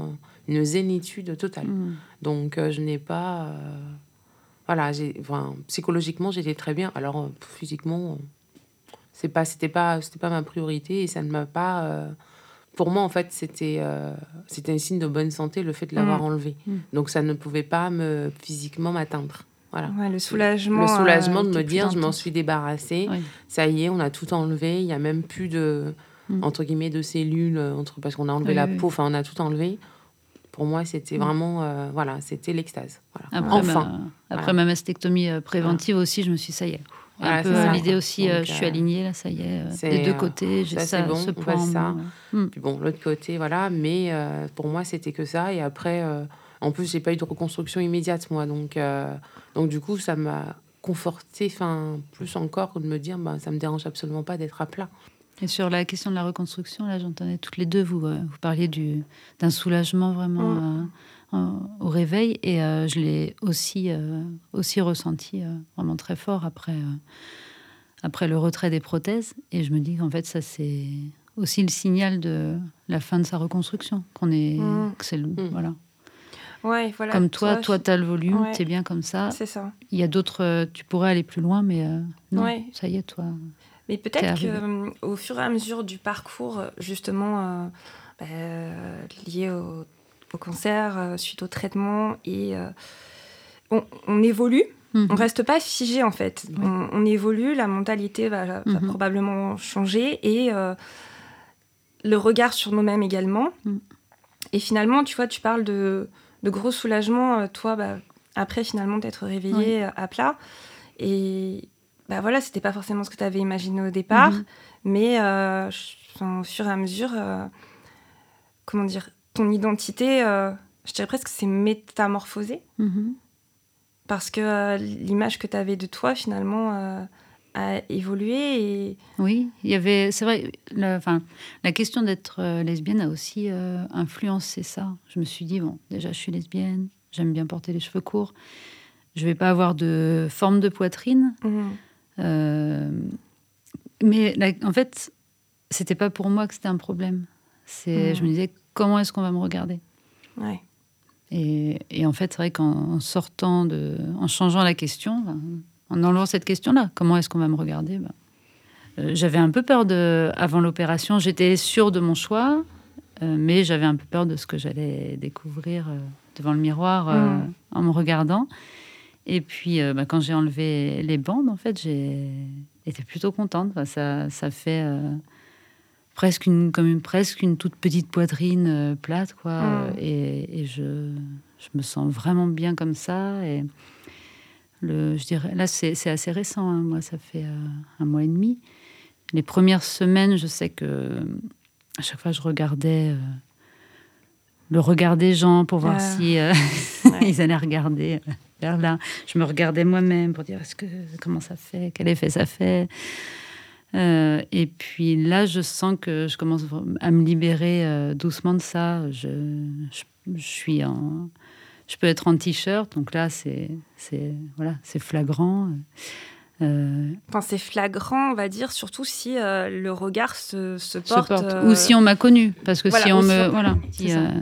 [SPEAKER 3] une zénitude totale.
[SPEAKER 4] Mm.
[SPEAKER 3] Donc, euh, je n'ai pas... euh, voilà, j'ai, enfin, psychologiquement, j'étais très bien. Alors, euh, physiquement, euh, c'est pas, c'était pas, c'était pas ma priorité et ça ne m'a pas... euh, pour moi, en fait, c'était, euh, c'était un signe de bonne santé, le fait de l'avoir
[SPEAKER 2] Mm.
[SPEAKER 3] enlevé.
[SPEAKER 4] Mm.
[SPEAKER 3] Donc, ça ne pouvait pas me, physiquement m'atteindre. Voilà.
[SPEAKER 2] Ouais, le soulagement.
[SPEAKER 3] Le soulagement
[SPEAKER 2] euh,
[SPEAKER 3] de me
[SPEAKER 2] était plus
[SPEAKER 3] dire, je m'en
[SPEAKER 2] intense.
[SPEAKER 3] suis débarrassée.
[SPEAKER 4] Oui.
[SPEAKER 3] Ça y est, on a tout enlevé. Il n'y a même plus de,
[SPEAKER 4] Mm.
[SPEAKER 3] entre guillemets, de cellules, euh, entre, parce qu'on a enlevé
[SPEAKER 4] Oui,
[SPEAKER 3] la
[SPEAKER 4] oui,
[SPEAKER 3] peau.
[SPEAKER 4] oui.
[SPEAKER 3] Enfin, on a tout enlevé. Pour moi, c'était
[SPEAKER 4] Mm.
[SPEAKER 3] vraiment... euh, voilà, c'était l'extase. Voilà.
[SPEAKER 4] Après,
[SPEAKER 3] Enfin.
[SPEAKER 4] ma, après
[SPEAKER 3] Voilà.
[SPEAKER 4] ma mastectomie euh, préventive aussi, je me suis dit, ça y est. Et
[SPEAKER 3] Voilà,
[SPEAKER 4] un peu
[SPEAKER 3] c'est ça,
[SPEAKER 4] l'idée
[SPEAKER 3] quoi.
[SPEAKER 4] aussi, euh,
[SPEAKER 3] Donc,
[SPEAKER 4] je suis
[SPEAKER 3] euh,
[SPEAKER 4] alignée, là, ça y est. euh,
[SPEAKER 3] c'est,
[SPEAKER 4] des deux
[SPEAKER 3] euh,
[SPEAKER 4] côtés, j'ai
[SPEAKER 3] ça,
[SPEAKER 4] ça,
[SPEAKER 3] c'est bon,
[SPEAKER 4] ce
[SPEAKER 3] on
[SPEAKER 4] point
[SPEAKER 3] fait
[SPEAKER 4] en
[SPEAKER 3] ça.
[SPEAKER 4] moins. Ouais. Mm.
[SPEAKER 3] Puis bon, l'autre côté, voilà. Mais euh, pour moi, c'était que ça. Et après, euh, en plus, j'ai pas eu de reconstruction immédiate, moi. Donc, euh, donc du coup, ça m'a conforté, enfin, plus encore, de me dire, bah, ça me dérange absolument pas d'être à plat.
[SPEAKER 4] Et sur la question de la reconstruction, là, j'entendais toutes les deux, vous, euh, vous parliez du, d'un soulagement vraiment euh, en- au réveil. Et euh, je l'ai aussi, euh, aussi ressenti euh, vraiment très fort après, euh, après le retrait des prothèses. Et je me dis qu'en fait, ça, c'est aussi le signal de la fin de sa reconstruction. Qu'on est,
[SPEAKER 2] Mm.
[SPEAKER 4] que c'est le-
[SPEAKER 3] Mm.
[SPEAKER 4] voilà.
[SPEAKER 2] Ouais, voilà.
[SPEAKER 4] Comme toi, toi,
[SPEAKER 2] je-
[SPEAKER 4] tu as le volume,
[SPEAKER 2] Ouais.
[SPEAKER 4] tu es bien comme ça.
[SPEAKER 2] C'est ça.
[SPEAKER 4] Il y a d'autres, euh, tu pourrais aller plus loin, mais euh, non,
[SPEAKER 2] Ouais.
[SPEAKER 4] ça y est, toi.
[SPEAKER 2] Mais
[SPEAKER 4] T'es
[SPEAKER 2] peut-être
[SPEAKER 4] arrivé.
[SPEAKER 2] qu'au fur et à mesure du parcours, euh, justement, euh, bah, euh, lié au, au cancer, euh, suite au traitement, et euh, on, on évolue.
[SPEAKER 4] Mhm.
[SPEAKER 2] On reste pas figé, en fait.
[SPEAKER 4] Oui.
[SPEAKER 2] On, on évolue, la mentalité va, va
[SPEAKER 4] Mhm.
[SPEAKER 2] probablement changer, et euh, le regard sur nous-mêmes également.
[SPEAKER 4] Mm.
[SPEAKER 2] Et finalement, tu vois, tu parles de, de gros soulagement, euh, toi, bah, après, finalement, d'être réveillé euh, à plat. Et bah voilà, c'était pas forcément ce que tu avais imaginé au départ,
[SPEAKER 4] Mhm.
[SPEAKER 2] mais euh, je- enfin, au fur et à mesure, euh, comment dire, ton identité, euh, je dirais presque que c'est métamorphosé,
[SPEAKER 4] Mhm.
[SPEAKER 2] parce que euh, l'image que tu avais de toi, finalement, euh, a évolué. Et...
[SPEAKER 4] Oui, il y avait, c'est vrai, la, enfin, la question d'être euh, lesbienne a aussi euh, influencé ça. Je me suis dit, bon, déjà, je suis lesbienne, j'aime bien porter les cheveux courts, je vais pas avoir de forme de poitrine.
[SPEAKER 2] Mhm.
[SPEAKER 4] Euh, mais la- en fait, c'était pas pour moi que c'était un problème. C'est,
[SPEAKER 2] Mhm.
[SPEAKER 4] Je me disais, comment est-ce qu'on va me regarder?
[SPEAKER 2] Ouais.
[SPEAKER 4] Et, et en fait, c'est vrai qu'en sortant de, en changeant la question, ben, en enlevant cette question-là, comment est-ce qu'on va me regarder, ben, euh, j'avais un peu peur de, avant l'opération, j'étais sûre de mon choix, euh, mais j'avais un peu peur de ce que j'allais découvrir euh, devant le miroir euh,
[SPEAKER 2] Mhm.
[SPEAKER 4] en me regardant. Et puis, euh, ben, quand j'ai enlevé les bandes, en fait, j'ai été plutôt contente. Enfin, ça, ça fait euh, presque une, comme une, presque une toute petite poitrine euh, plate, quoi.
[SPEAKER 2] Mhm.
[SPEAKER 4] Euh, Et, et je, je me sens vraiment bien comme ça. Et le, je dirais, là, c'est c'est assez récent. Hein. Moi, ça fait euh, un mois et demi. Les premières semaines, je sais que à chaque fois, je regardais euh, le regard des gens pour voir
[SPEAKER 2] Ah.
[SPEAKER 4] si euh,
[SPEAKER 2] Ouais.
[SPEAKER 4] ils allaient regarder euh, vers là. Je me regardais moi-même pour dire est-ce que comment ça fait, quel effet ça fait. Euh, et puis là, je sens que je commence à me libérer euh, doucement de ça. Je, je, je suis en, je peux être en t-shirt, donc là, c'est, c'est voilà, c'est flagrant. Euh,
[SPEAKER 2] Enfin, c'est flagrant, on va dire, surtout si euh, le regard se, se
[SPEAKER 4] se
[SPEAKER 2] porte.
[SPEAKER 4] porte.
[SPEAKER 2] euh,
[SPEAKER 4] Ou si on m'a connu, parce que
[SPEAKER 2] voilà,
[SPEAKER 4] si on
[SPEAKER 2] ou si
[SPEAKER 4] me,
[SPEAKER 2] on-
[SPEAKER 4] voilà,
[SPEAKER 2] c'est
[SPEAKER 4] si,
[SPEAKER 2] ça.
[SPEAKER 4] euh,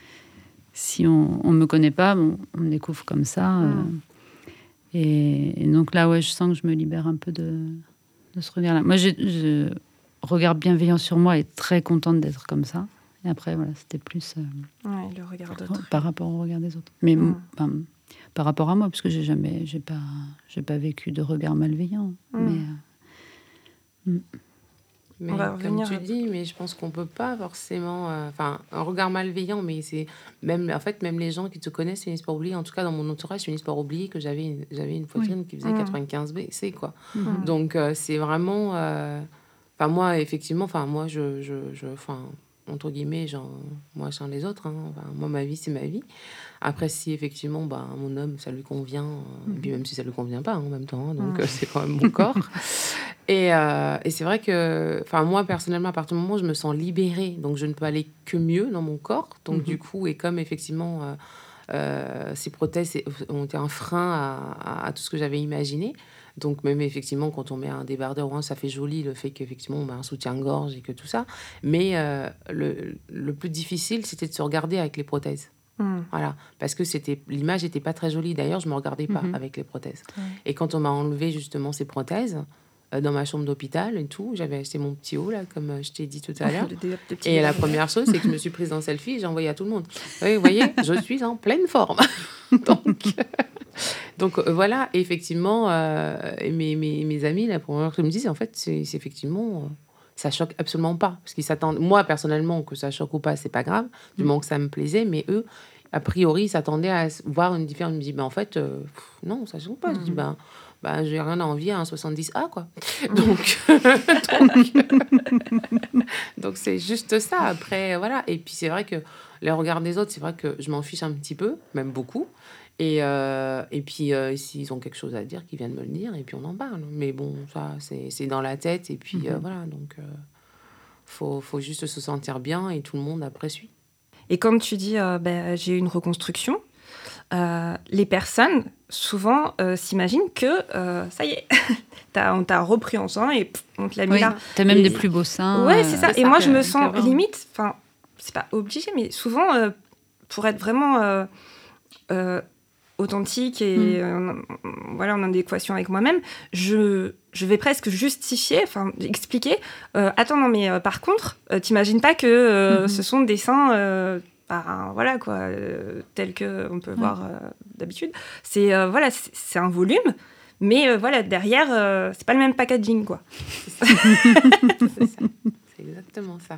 [SPEAKER 4] si on, on me connaît pas, bon, on me découvre comme ça. euh,
[SPEAKER 2] Mm.
[SPEAKER 4] et, et donc là, ouais, je sens que je me libère un peu de, de ce regard-là. Moi, j'ai, je regard bienveillant sur moi et très contente d'être comme ça. Et après, voilà, c'était plus euh,
[SPEAKER 2] Ouais, le regard d'autrui.
[SPEAKER 4] par rapport au regard des autres. Mais
[SPEAKER 2] Mm.
[SPEAKER 4] enfin, par rapport à moi, parce que j'ai jamais, j'ai pas, j'ai pas vécu de regard malveillant.
[SPEAKER 2] Mm.
[SPEAKER 4] Mais euh,
[SPEAKER 3] Mais
[SPEAKER 2] On va
[SPEAKER 3] comme
[SPEAKER 2] revenir
[SPEAKER 3] tu
[SPEAKER 2] à-
[SPEAKER 3] dis, mais je pense qu'on peut pas forcément... euh, Enfin, un regard malveillant, mais c'est... Même, en fait, même les gens qui te connaissent finissent par oublier. En tout cas, dans mon entourage, finissent par oublier que j'avais une, j'avais une poitrine qui faisait
[SPEAKER 2] Mm.
[SPEAKER 3] quatre-vingt-quinze B C, quoi.
[SPEAKER 4] Mhm.
[SPEAKER 3] Donc, euh, c'est vraiment... euh, Enfin, moi, effectivement, enfin, moi, je... je, je enfin, entre guillemets, genre, moi, je sens les autres. Hein. Enfin, moi, ma vie, c'est ma vie. Après, si effectivement, bah, mon homme, ça lui convient, euh, et puis même si ça lui convient pas, hein, en même temps, hein, donc
[SPEAKER 2] Mm.
[SPEAKER 3] euh, c'est quand même mon corps. Et, euh, et c'est vrai que, enfin, moi, personnellement, à partir du moment où je me sens libérée, donc je ne peux aller que mieux dans mon corps. Donc,
[SPEAKER 4] Mhm.
[SPEAKER 3] du coup, et comme effectivement, euh, euh, ces prothèses ont été un frein à, à- à tout ce que j'avais imaginé. Donc, même effectivement, quand on met un débardeur orange, ça fait joli le fait qu'effectivement, on met un soutien-gorge et que tout ça. Mais euh, le, le plus difficile, c'était de se regarder avec les prothèses.
[SPEAKER 2] Mmh.
[SPEAKER 3] Voilà, parce que c'était, l'image n'était pas très jolie. D'ailleurs, je ne me regardais pas
[SPEAKER 4] Mhm.
[SPEAKER 3] avec les prothèses.
[SPEAKER 4] Ouais.
[SPEAKER 3] Et quand on m'a enlevé justement ces prothèses, euh, dans ma chambre d'hôpital et tout, j'avais acheté mon petit haut, là, comme euh, je t'ai dit tout à l'heure.
[SPEAKER 2] Le dé- le petit
[SPEAKER 3] Et la
[SPEAKER 2] déjeuner.
[SPEAKER 3] première chose, c'est que je me suis prise en selfie et j'ai envoyé à tout le monde. Oui, vous voyez, je suis en pleine forme. donc, donc euh, voilà, et effectivement, euh, mes, mes, mes amis, la première chose qu'ils me disent, en fait, c'est, c'est effectivement, euh, ça choque absolument pas. Parce qu'ils s'attendent, moi, personnellement, que ça choque ou pas, c'est pas grave, du
[SPEAKER 4] Mm.
[SPEAKER 3] moment que ça me plaisait, mais eux, a priori, ils s'attendaient à s- voir une différence. Ils me disent, ben, en fait, euh, pff, non, ça choque pas. Je dis,
[SPEAKER 2] Mhm.
[SPEAKER 3] ben, ben, j'ai rien à envier à un soixante-dix A, quoi.
[SPEAKER 2] Mhm.
[SPEAKER 3] Donc, donc, donc c'est juste ça. Après, voilà. Et puis, c'est vrai que les regards des autres, c'est vrai que je m'en fiche un petit peu, même beaucoup. Et, euh, et puis, euh, s'ils ont quelque chose à dire, qu'ils viennent me le dire, et puis on en parle. Mais bon, ça, c'est, c'est dans la tête. Et puis, euh,
[SPEAKER 4] Mhm.
[SPEAKER 3] voilà. Donc, il faut, faut juste se sentir bien et tout le monde après suit.
[SPEAKER 2] Et quand tu dis euh, ben, j'ai eu une reconstruction, euh, les personnes souvent euh, s'imaginent que euh, ça y est, t'as, on t'a repris en sang et pff, on te l'a mis
[SPEAKER 4] Oui,
[SPEAKER 2] là.
[SPEAKER 4] t'as même
[SPEAKER 2] Et-
[SPEAKER 4] des plus beaux seins.
[SPEAKER 2] Ouais,
[SPEAKER 4] euh,
[SPEAKER 2] c'est ça.
[SPEAKER 3] c'est
[SPEAKER 2] Et
[SPEAKER 3] ça.
[SPEAKER 2] moi, je me
[SPEAKER 4] que-
[SPEAKER 2] sens
[SPEAKER 4] qu'avant.
[SPEAKER 2] limite, enfin, c'est pas obligé, mais souvent, euh, pour être vraiment euh, euh, authentique et euh, voilà, en adéquation avec moi-même, je, je vais presque justifier, enfin, expliquer. euh, attends, non, mais euh, par contre, euh, t'imagines pas que euh,
[SPEAKER 4] Mhm.
[SPEAKER 2] ce sont des seins, euh, bah, voilà, quoi, euh, tels qu'on peut
[SPEAKER 4] Ouais.
[SPEAKER 2] voir euh, d'habitude. C'est, euh, voilà, c'est, c'est un volume. Mais euh, voilà, derrière, euh, c'est pas le même packaging, quoi.
[SPEAKER 3] C'est ça. c'est ça. C'est exactement ça.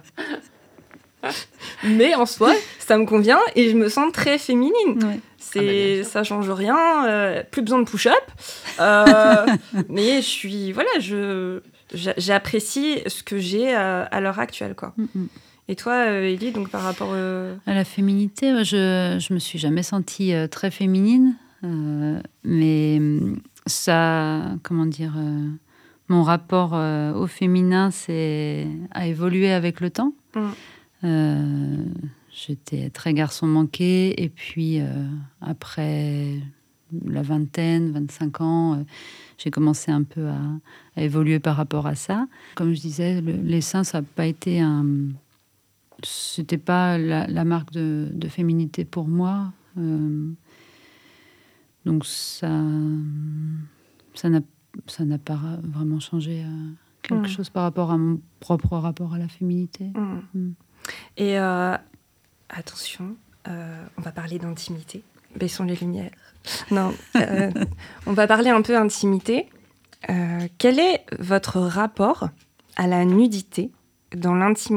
[SPEAKER 2] Mais en soi, ça me convient et je me sens très féminine.
[SPEAKER 4] Ouais.
[SPEAKER 2] C'est,
[SPEAKER 3] Ah bah, bien sûr.
[SPEAKER 2] ça change rien, euh, plus besoin de push-up. Euh, mais je suis, voilà, je, j'a- j'apprécie ce que j'ai à, à l'heure actuelle, quoi.
[SPEAKER 4] Mm, mm.
[SPEAKER 2] Et toi, euh, Élie, donc par rapport, euh,
[SPEAKER 4] À la féminité, ouais, je je me suis jamais sentie euh, très féminine, euh, mais hum, ça, comment dire, euh, mon rapport euh, au féminin c'est a évolué avec le temps.
[SPEAKER 2] Mm.
[SPEAKER 4] Euh, J'étais très garçon manqué, et puis euh, après la vingtaine, vingt-cinq ans, euh, j'ai commencé un peu à, à évoluer par rapport à ça. Comme je disais, le- les seins, ça n'a pas été un c'était pas la, la marque de, de féminité pour moi. Euh, donc ça ça n'a ça n'a pas vraiment changé euh, quelque
[SPEAKER 2] Mm.
[SPEAKER 4] chose par rapport à mon propre rapport à la féminité.
[SPEAKER 2] mm.
[SPEAKER 4] Mm.
[SPEAKER 2] Et euh, attention, euh, on va parler d'intimité. Baissons les lumières. Non, euh, on va parler un peu intimité. Euh, quel est votre rapport à la nudité dans l'intimité ?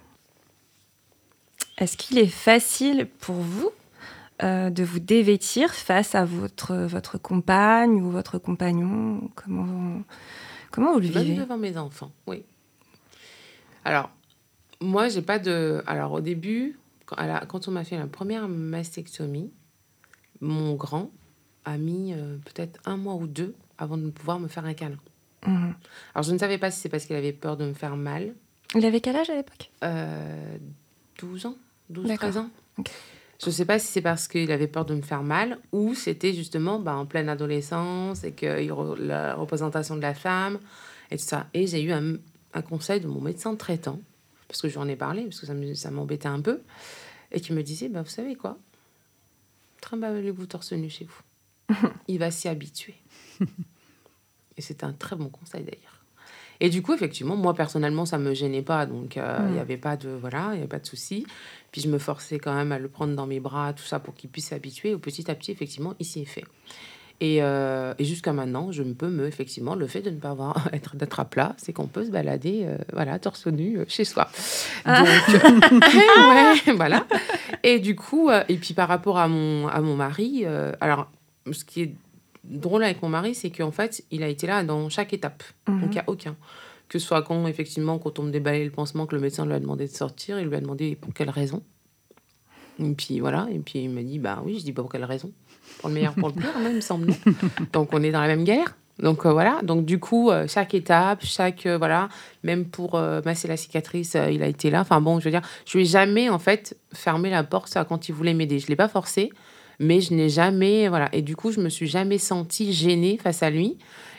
[SPEAKER 2] Est-ce qu'il est facile pour vous euh, de vous dévêtir face à votre, votre compagne ou votre compagnon ? Comment vous, comment vous le
[SPEAKER 3] Même
[SPEAKER 2] vivez ?
[SPEAKER 3] devant mes enfants, oui. Alors, moi, j'ai pas de... Alors, au début, quand, à la- quand on m'a fait la première mastectomie, mon grand a mis euh, peut-être un mois ou deux avant de pouvoir me faire un câlin.
[SPEAKER 2] Mhm.
[SPEAKER 3] Alors, je ne savais pas si c'est parce qu'il avait peur de me faire mal.
[SPEAKER 2] Il avait quel âge à l'époque ?
[SPEAKER 3] Euh, douze ans, douze,
[SPEAKER 2] D'accord.
[SPEAKER 3] treize ans.
[SPEAKER 2] Ok.
[SPEAKER 3] Je ne sais pas si c'est parce qu'il avait peur de me faire mal ou c'était justement bah, en pleine adolescence et que il re- la représentation de la femme et tout ça. Et j'ai eu un, un conseil de mon médecin traitant, parce que j'en ai parlé, parce que ça, me- ça m'embêtait un peu, et qui me disait, bah, vous savez quoi, trimballez-vous torse nu chez vous. Il va s'y habituer. Et c'était un très bon conseil d'ailleurs. Et du coup, effectivement, moi, personnellement, ça ne me gênait pas. Donc, il euh,
[SPEAKER 2] Mm.
[SPEAKER 3] n'y avait pas de, voilà, il y avait pas de souci. Puis, je me forçais quand même à le prendre dans mes bras, tout ça, pour qu'il puisse s'habituer. Et petit à petit, effectivement, il s'y est fait. Et, euh, et jusqu'à maintenant, je me peux me, effectivement, le fait de ne pas avoir, être, d'être à plat, c'est qu'on peut se balader, euh, voilà, torse nu, euh, chez soi.
[SPEAKER 2] Ah.
[SPEAKER 3] Donc, euh, ouais, voilà. Et du coup, euh, et puis par rapport à mon, à mon mari, euh, alors, ce qui est drôle avec mon mari, c'est qu'en fait, il a été là dans chaque étape.
[SPEAKER 2] Mhm.
[SPEAKER 3] Donc, il n'y a aucun. Que ce soit quand, effectivement, quand on me déballait le pansement, que le médecin lui a demandé de sortir, il lui a demandé pour quelle raison. Et puis, voilà. Et puis, il m'a dit, bah oui, je dis, bah, pour quelle raison ? Pour le meilleur, pour le pire, non, il me semble. Non. Donc, on est dans la même galère. Donc, euh, voilà. Donc, du coup, euh, chaque étape, chaque... euh, voilà. Même pour euh, masser la cicatrice, euh, il a été là. Enfin, bon, je veux dire, je lui ai jamais, en fait, fermé la porte ça, quand il voulait m'aider. Je ne l'ai pas forcé, mais je n'ai jamais... Voilà. Et du coup, je me suis jamais sentie gênée face à lui.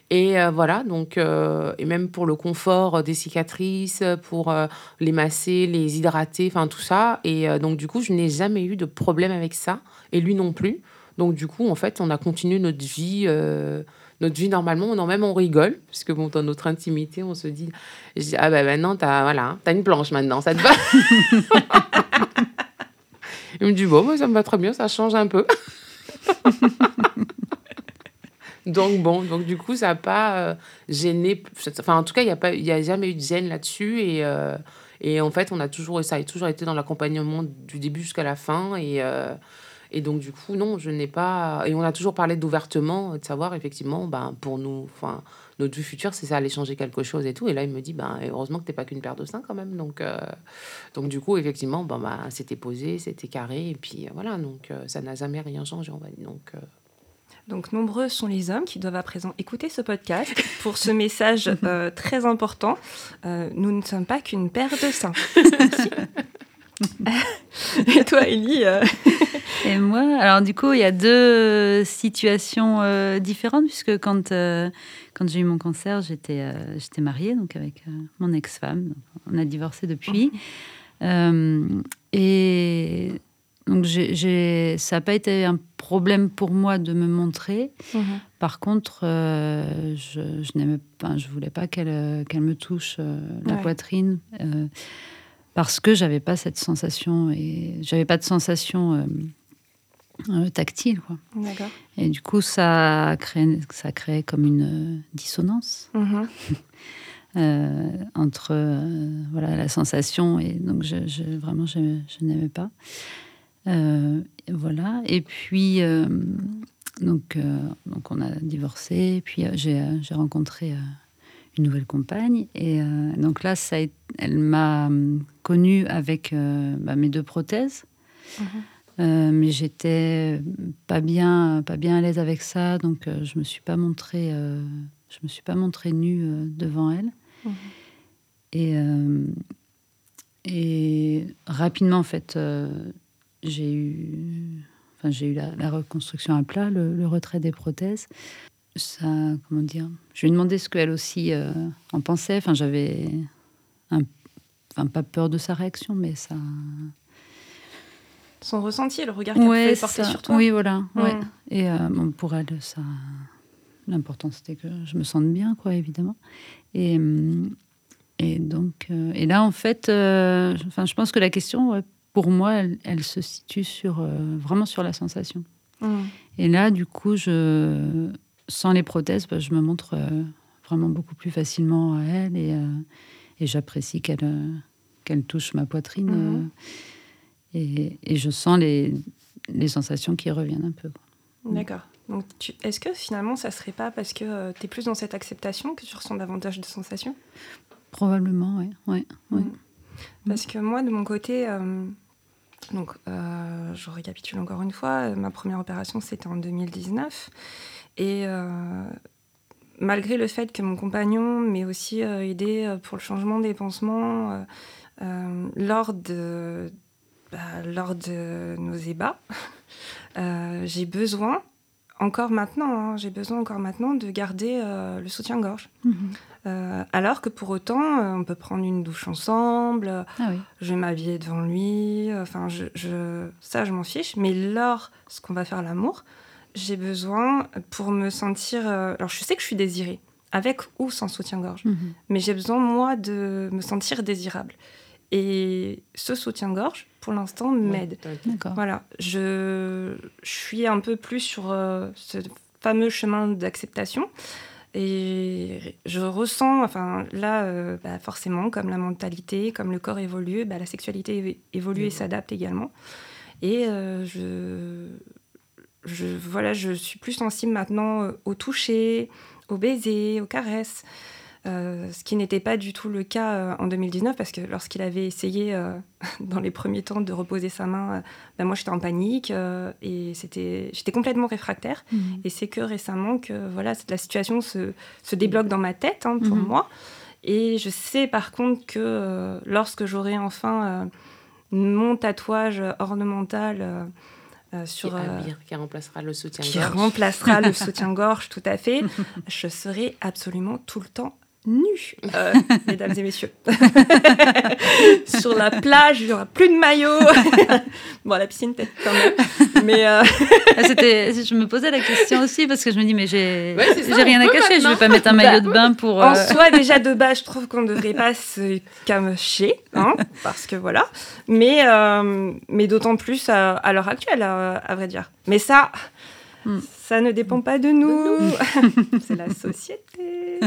[SPEAKER 3] Et euh, voilà, donc, euh, et même pour le confort des cicatrices, pour euh, les masser, les hydrater, enfin tout ça. Et euh, donc, du coup, je n'ai jamais eu de problème avec ça, et lui non plus. Donc, du coup, en fait, on a continué notre vie, euh, notre vie normalement. Non, même on rigole, parce que bon, dans notre intimité, on se dit, je dis, ah ben maintenant, t'as, voilà, t'as une planche maintenant, ça te va? Il me dit, bon, bah, ça me va très bien, ça change un peu. Donc, bon, donc du coup, ça n'a pas euh, gêné. Enfin, en tout cas, il n'y a, pas- il y a jamais eu de gêne là-dessus. Et, euh, et en fait, on a toujours, ça a toujours été dans l'accompagnement du début jusqu'à la fin. Et, euh, et donc, du coup, non, je n'ai pas. Et on a toujours parlé d'ouvertement, de savoir, effectivement, ben, pour nous, enfin, notre vie future, c'est ça allait changer quelque chose et tout. Et là, il me dit, ben, heureusement que tu n'es pas qu'une paire de seins quand même. Donc, euh, donc du coup, effectivement, ben, ben, c'était posé, c'était carré. Et puis, euh, voilà, donc euh, ça n'a jamais rien changé, on va dire. Donc. Euh,
[SPEAKER 2] Donc, nombreux sont les hommes qui doivent à présent écouter ce podcast pour ce message euh, très important. Euh, nous ne sommes pas qu'une paire de seins. Et toi, Élie euh...
[SPEAKER 4] Et moi, alors du coup, il y a deux situations euh, différentes, puisque quand, euh, quand j'ai eu mon cancer, j'étais, euh, j'étais mariée donc avec euh, mon ex-femme. On a divorcé depuis. euh, et... Donc, j'ai, j'ai... ça n'a pas été un problème pour moi de me montrer. Mmh. Par contre, euh, je, je n'aimais pas, je voulais pas qu'elle, qu'elle me touche euh, la ouais. poitrine euh, parce que j'avais pas cette sensation et j'avais pas de sensation euh, euh, tactile, quoi.
[SPEAKER 2] D'accord.
[SPEAKER 4] Et du coup, ça crée, ça crée comme une dissonance. Mmh. Euh, entre euh, voilà la sensation et donc je, je vraiment je, je n'aimais pas. Euh, voilà. Et puis, euh, donc, euh, donc, on a divorcé. Puis, euh, j'ai, euh, j'ai rencontré euh, une nouvelle compagne. Et euh, donc là, ça a été, elle m'a euh, connue avec euh, bah, mes deux prothèses. Mmh. Euh, mais j'étais pas bien, pas bien à l'aise avec ça. Donc, euh, je me suis pas montrée, euh, je me suis pas montrée nue euh, devant elle. Mmh. Et, euh, et rapidement, en fait... Euh, J'ai eu, enfin, j'ai eu la, la reconstruction à plat, le, le retrait des prothèses. Ça, comment dire, je lui ai demandé ce qu'elle aussi euh, en pensait. Enfin, j'avais, un, enfin, pas peur de sa réaction, mais ça.
[SPEAKER 2] Son ressenti, le regard qu'elle ouais, pouvait porter
[SPEAKER 4] ça,
[SPEAKER 2] sur toi.
[SPEAKER 4] Oui, voilà. Mmh. Ouais. Et euh, bon, pour elle, ça, l'important c'était que je me sente bien, quoi, évidemment. Et et donc, euh, et là, en fait, euh, enfin, je pense que la question. Ouais, pour moi, elle, elle se situe sur, euh, vraiment sur la sensation. Mmh. Et là, du coup, je, sans les prothèses, bah, je me montre euh, vraiment beaucoup plus facilement à elle et, euh, et j'apprécie qu'elle, euh, qu'elle touche ma poitrine. Mmh. Euh, et, et je sens les, les sensations qui reviennent un peu. Quoi.
[SPEAKER 2] D'accord. Donc, tu, est-ce que finalement, ça ne serait pas parce que euh, tu es plus dans cette acceptation que tu ressens davantage de sensations ?
[SPEAKER 4] Probablement, oui. Ouais, ouais.
[SPEAKER 2] Mmh. Parce que moi, de mon côté, euh, donc, euh, je récapitule encore une fois, ma première opération, c'était en deux mille dix-neuf. Et euh, malgré le fait que mon compagnon m'ait aussi euh, aidé pour le changement des pansements euh, euh, lors, de, bah, lors de nos ébats, euh, j'ai besoin, encore maintenant, hein, j'ai besoin encore maintenant de garder euh, le soutien-gorge. Mmh. Euh, alors que pour autant, euh, on peut prendre une douche ensemble, euh, ah oui. je vais m'habiller devant lui, enfin, je, je, ça, je m'en fiche. Mais lorsqu'on va faire l'amour, j'ai besoin, pour me sentir... Euh, alors, je sais que je suis désirée, avec ou sans soutien-gorge, mmh. mais j'ai besoin, moi, de me sentir désirable. Et ce soutien-gorge, pour l'instant, m'aide.
[SPEAKER 4] Ouais, d'accord.
[SPEAKER 2] Voilà, je, je suis un peu plus sur euh, ce fameux chemin d'acceptation. Et je ressens, enfin là, euh, bah forcément, comme la mentalité, comme le corps évolue, bah la sexualité évolue mmh. et s'adapte également. Et euh, je, je, voilà, je suis plus sensible maintenant au toucher, au baiser, aux caresses. Euh, ce qui n'était pas du tout le cas euh, en deux mille dix-neuf, parce que lorsqu'il avait essayé euh, dans les premiers temps de reposer sa main, euh, ben moi j'étais en panique euh, et c'était, j'étais complètement réfractaire. Mmh. Et c'est que récemment que voilà, la situation se, se débloque dans ma tête, hein, pour mmh. moi. Et je sais par contre que euh, lorsque j'aurai enfin euh, mon tatouage ornemental, euh, euh, sur...
[SPEAKER 3] Qui,
[SPEAKER 2] euh,
[SPEAKER 3] qui remplacera le soutien-gorge.
[SPEAKER 2] Qui remplacera le soutien-gorge, tout à fait. Je serai absolument tout le temps nue, euh, mesdames et messieurs. Sur la plage, il n'y aura plus de maillot. Bon, à la piscine, peut-être quand même. Mais euh...
[SPEAKER 4] C'était, je me posais la question aussi parce que je me dis, mais j'ai,
[SPEAKER 3] ouais, ça,
[SPEAKER 4] j'ai rien à cacher.
[SPEAKER 3] maintenant.
[SPEAKER 4] Je ne vais pas mettre un maillot de bain pour.
[SPEAKER 2] En
[SPEAKER 4] euh...
[SPEAKER 2] soi, déjà, de base, je trouve qu'on ne devrait pas se cacher, hein, parce que voilà. Mais, euh, mais d'autant plus à, à l'heure actuelle, à, à vrai dire. Mais ça, mm. ça ne dépend pas de nous. C'est la société.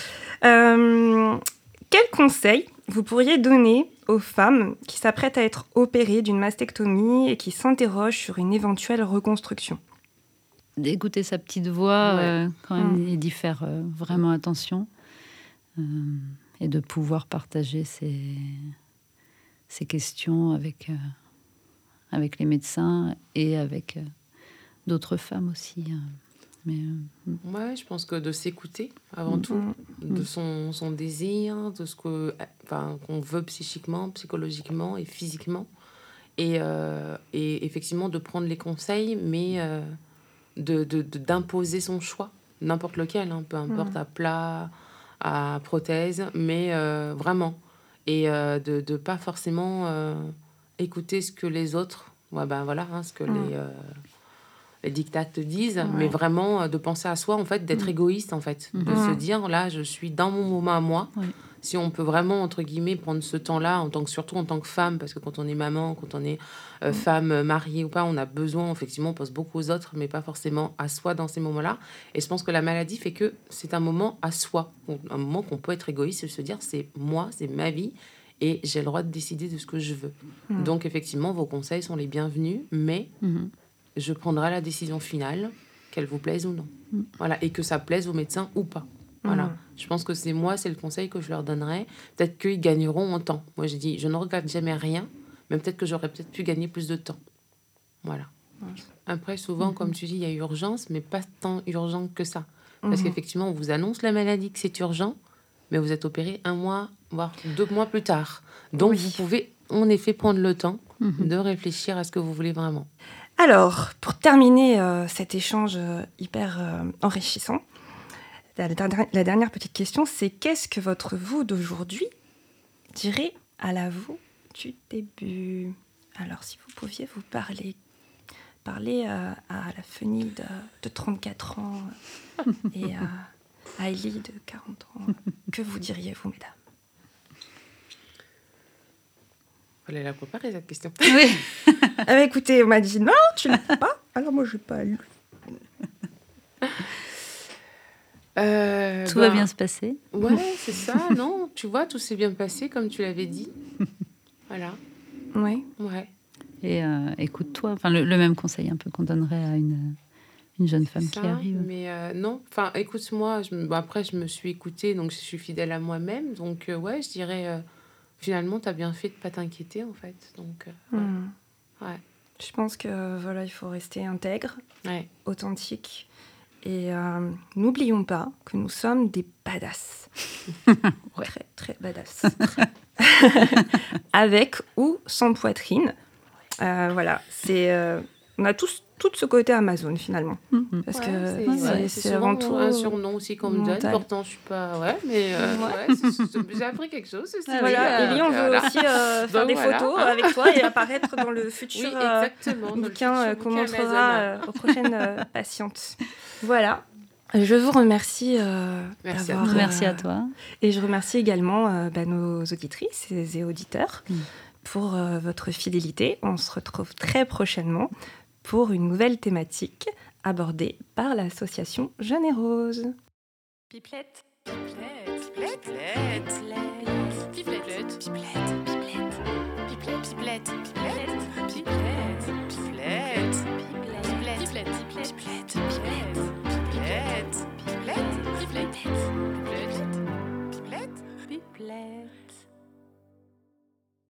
[SPEAKER 2] Euh, quel conseil vous pourriez donner aux femmes qui s'apprêtent à être opérées d'une mastectomie et qui s'interrogent sur une éventuelle reconstruction ?
[SPEAKER 4] D'écouter sa petite voix ouais. euh, quand même
[SPEAKER 2] mmh.
[SPEAKER 4] et d'y faire euh, vraiment attention euh, et de pouvoir partager ces, ces questions avec, euh, avec les médecins et avec euh, d'autres femmes aussi. Euh. Mais euh...
[SPEAKER 3] ouais, je pense que de s'écouter avant mmh. tout, de son, son désir, de ce que, enfin, qu'on veut psychiquement, psychologiquement et physiquement. Et, euh, et effectivement, de prendre les conseils, mais euh, de, de, de, d'imposer son choix, n'importe lequel, hein, peu importe, mmh. à plat, à prothèse, mais euh, vraiment. Et euh, de ne pas forcément euh, écouter ce que les autres, ouais, ben voilà, hein, ce que mmh. les... Euh, les dictates disent, ouais. mais vraiment euh, de penser à soi, en fait, d'être mmh. égoïste, en fait, mmh. de mmh. se dire, là, je suis dans mon moment à moi. Oui. Si on peut vraiment, entre guillemets, prendre ce temps-là, en tant que, surtout en tant que femme, parce que quand on est maman, quand on est euh, mmh. femme, mariée ou pas, on a besoin, effectivement, on pense beaucoup aux autres, mais pas forcément à soi dans ces moments-là. Et je pense que la maladie fait que c'est un moment à soi, un moment qu'on peut être égoïste et se dire, c'est moi, c'est ma vie, et j'ai le droit de décider de ce que je veux. Mmh. Donc, effectivement, vos conseils sont les bienvenus, mais... Mmh. je prendrai la décision finale, qu'elle vous plaise ou non. Mmh. Voilà, et que ça plaise aux médecins ou pas. Voilà. Mmh. Je pense que c'est moi, c'est le conseil que je leur donnerais. Peut-être qu'ils gagneront en temps. Moi, j'ai dit, je ne regrette jamais rien, mais peut-être que j'aurais peut-être pu gagner plus de temps. Voilà. Mmh. Après, souvent, mmh. comme tu dis, il y a urgence, mais pas tant urgent que ça. Parce mmh. qu'effectivement, on vous annonce la maladie, que c'est urgent, mais vous êtes opéré un mois, voire deux mois plus tard. Donc, oui. vous pouvez, en effet, prendre le temps mmh. de réfléchir à ce que vous voulez vraiment.
[SPEAKER 2] Alors, pour terminer euh, cet échange euh, hyper euh, enrichissant, la, la, la dernière petite question, c'est qu'est-ce que votre vous d'aujourd'hui dirait à la vous du début ? Alors, si vous pouviez vous parler, parler euh, à la Feni de, de trente-quatre ans et à Aïli de quarante ans, que vous diriez-vous, mesdames ?
[SPEAKER 3] Elle a préparé cette question.
[SPEAKER 2] Oui. Ah bah écoutez, on m'a dit non, tu l'as pas. Alors moi, je n'ai pas lu.
[SPEAKER 4] Euh, tout bah, va bien se passer.
[SPEAKER 3] Ouais, c'est ça, non ? Tu vois, tout s'est bien passé, comme tu l'avais dit. Voilà.
[SPEAKER 2] Ouais.
[SPEAKER 3] Ouais.
[SPEAKER 4] Et euh, écoute-toi. Enfin, le, le même conseil un peu qu'on donnerait à une, une jeune femme
[SPEAKER 3] ça,
[SPEAKER 4] qui arrive.
[SPEAKER 3] Mais euh, non, enfin, écoute-moi. Je, bon, après, je me suis écoutée, donc je suis fidèle à moi-même. Donc, euh, ouais, je dirais... Euh, finalement, tu as bien fait de ne pas t'inquiéter, en fait. Donc, euh, ouais.
[SPEAKER 2] Mmh.
[SPEAKER 3] ouais.
[SPEAKER 2] Je pense que voilà, il faut rester intègre,
[SPEAKER 3] ouais.
[SPEAKER 2] authentique. Et euh, n'oublions pas que nous sommes des badass. ouais. Très, très badass. Avec ou sans poitrine. Euh, voilà, c'est, euh, on a tous tout ce côté Amazon finalement.
[SPEAKER 3] Mmh.
[SPEAKER 2] Parce
[SPEAKER 3] ouais,
[SPEAKER 2] que
[SPEAKER 3] c'est,
[SPEAKER 2] c'est,
[SPEAKER 3] ouais,
[SPEAKER 2] c'est,
[SPEAKER 3] c'est
[SPEAKER 2] avant tout
[SPEAKER 3] un surnom aussi qu'on me donne. Pourtant, je suis pas. Ouais, mais euh, ouais. Ouais, c'est, c'est, j'ai appris quelque chose. C'est,
[SPEAKER 2] ah, voilà. Élie, on veut voilà. aussi euh, faire Donc, des voilà. photos avec toi et apparaître dans le futur
[SPEAKER 3] oui, exactement,
[SPEAKER 2] euh, bouquin
[SPEAKER 3] dans le
[SPEAKER 2] futur qu'on montrera euh, aux prochaines euh, patientes. Voilà. Je vous remercie. Euh,
[SPEAKER 4] Merci, à Merci à toi.
[SPEAKER 2] Et je remercie également euh, bah, nos auditrices et auditeurs mm. pour euh, votre fidélité. On se retrouve très prochainement pour une nouvelle thématique abordée par l'association Jeune et Rose.
[SPEAKER 1] Pipelette, pipelette, pipelette, pipelette, pipelette, pipelette, pipelette, pipelette, pipelette.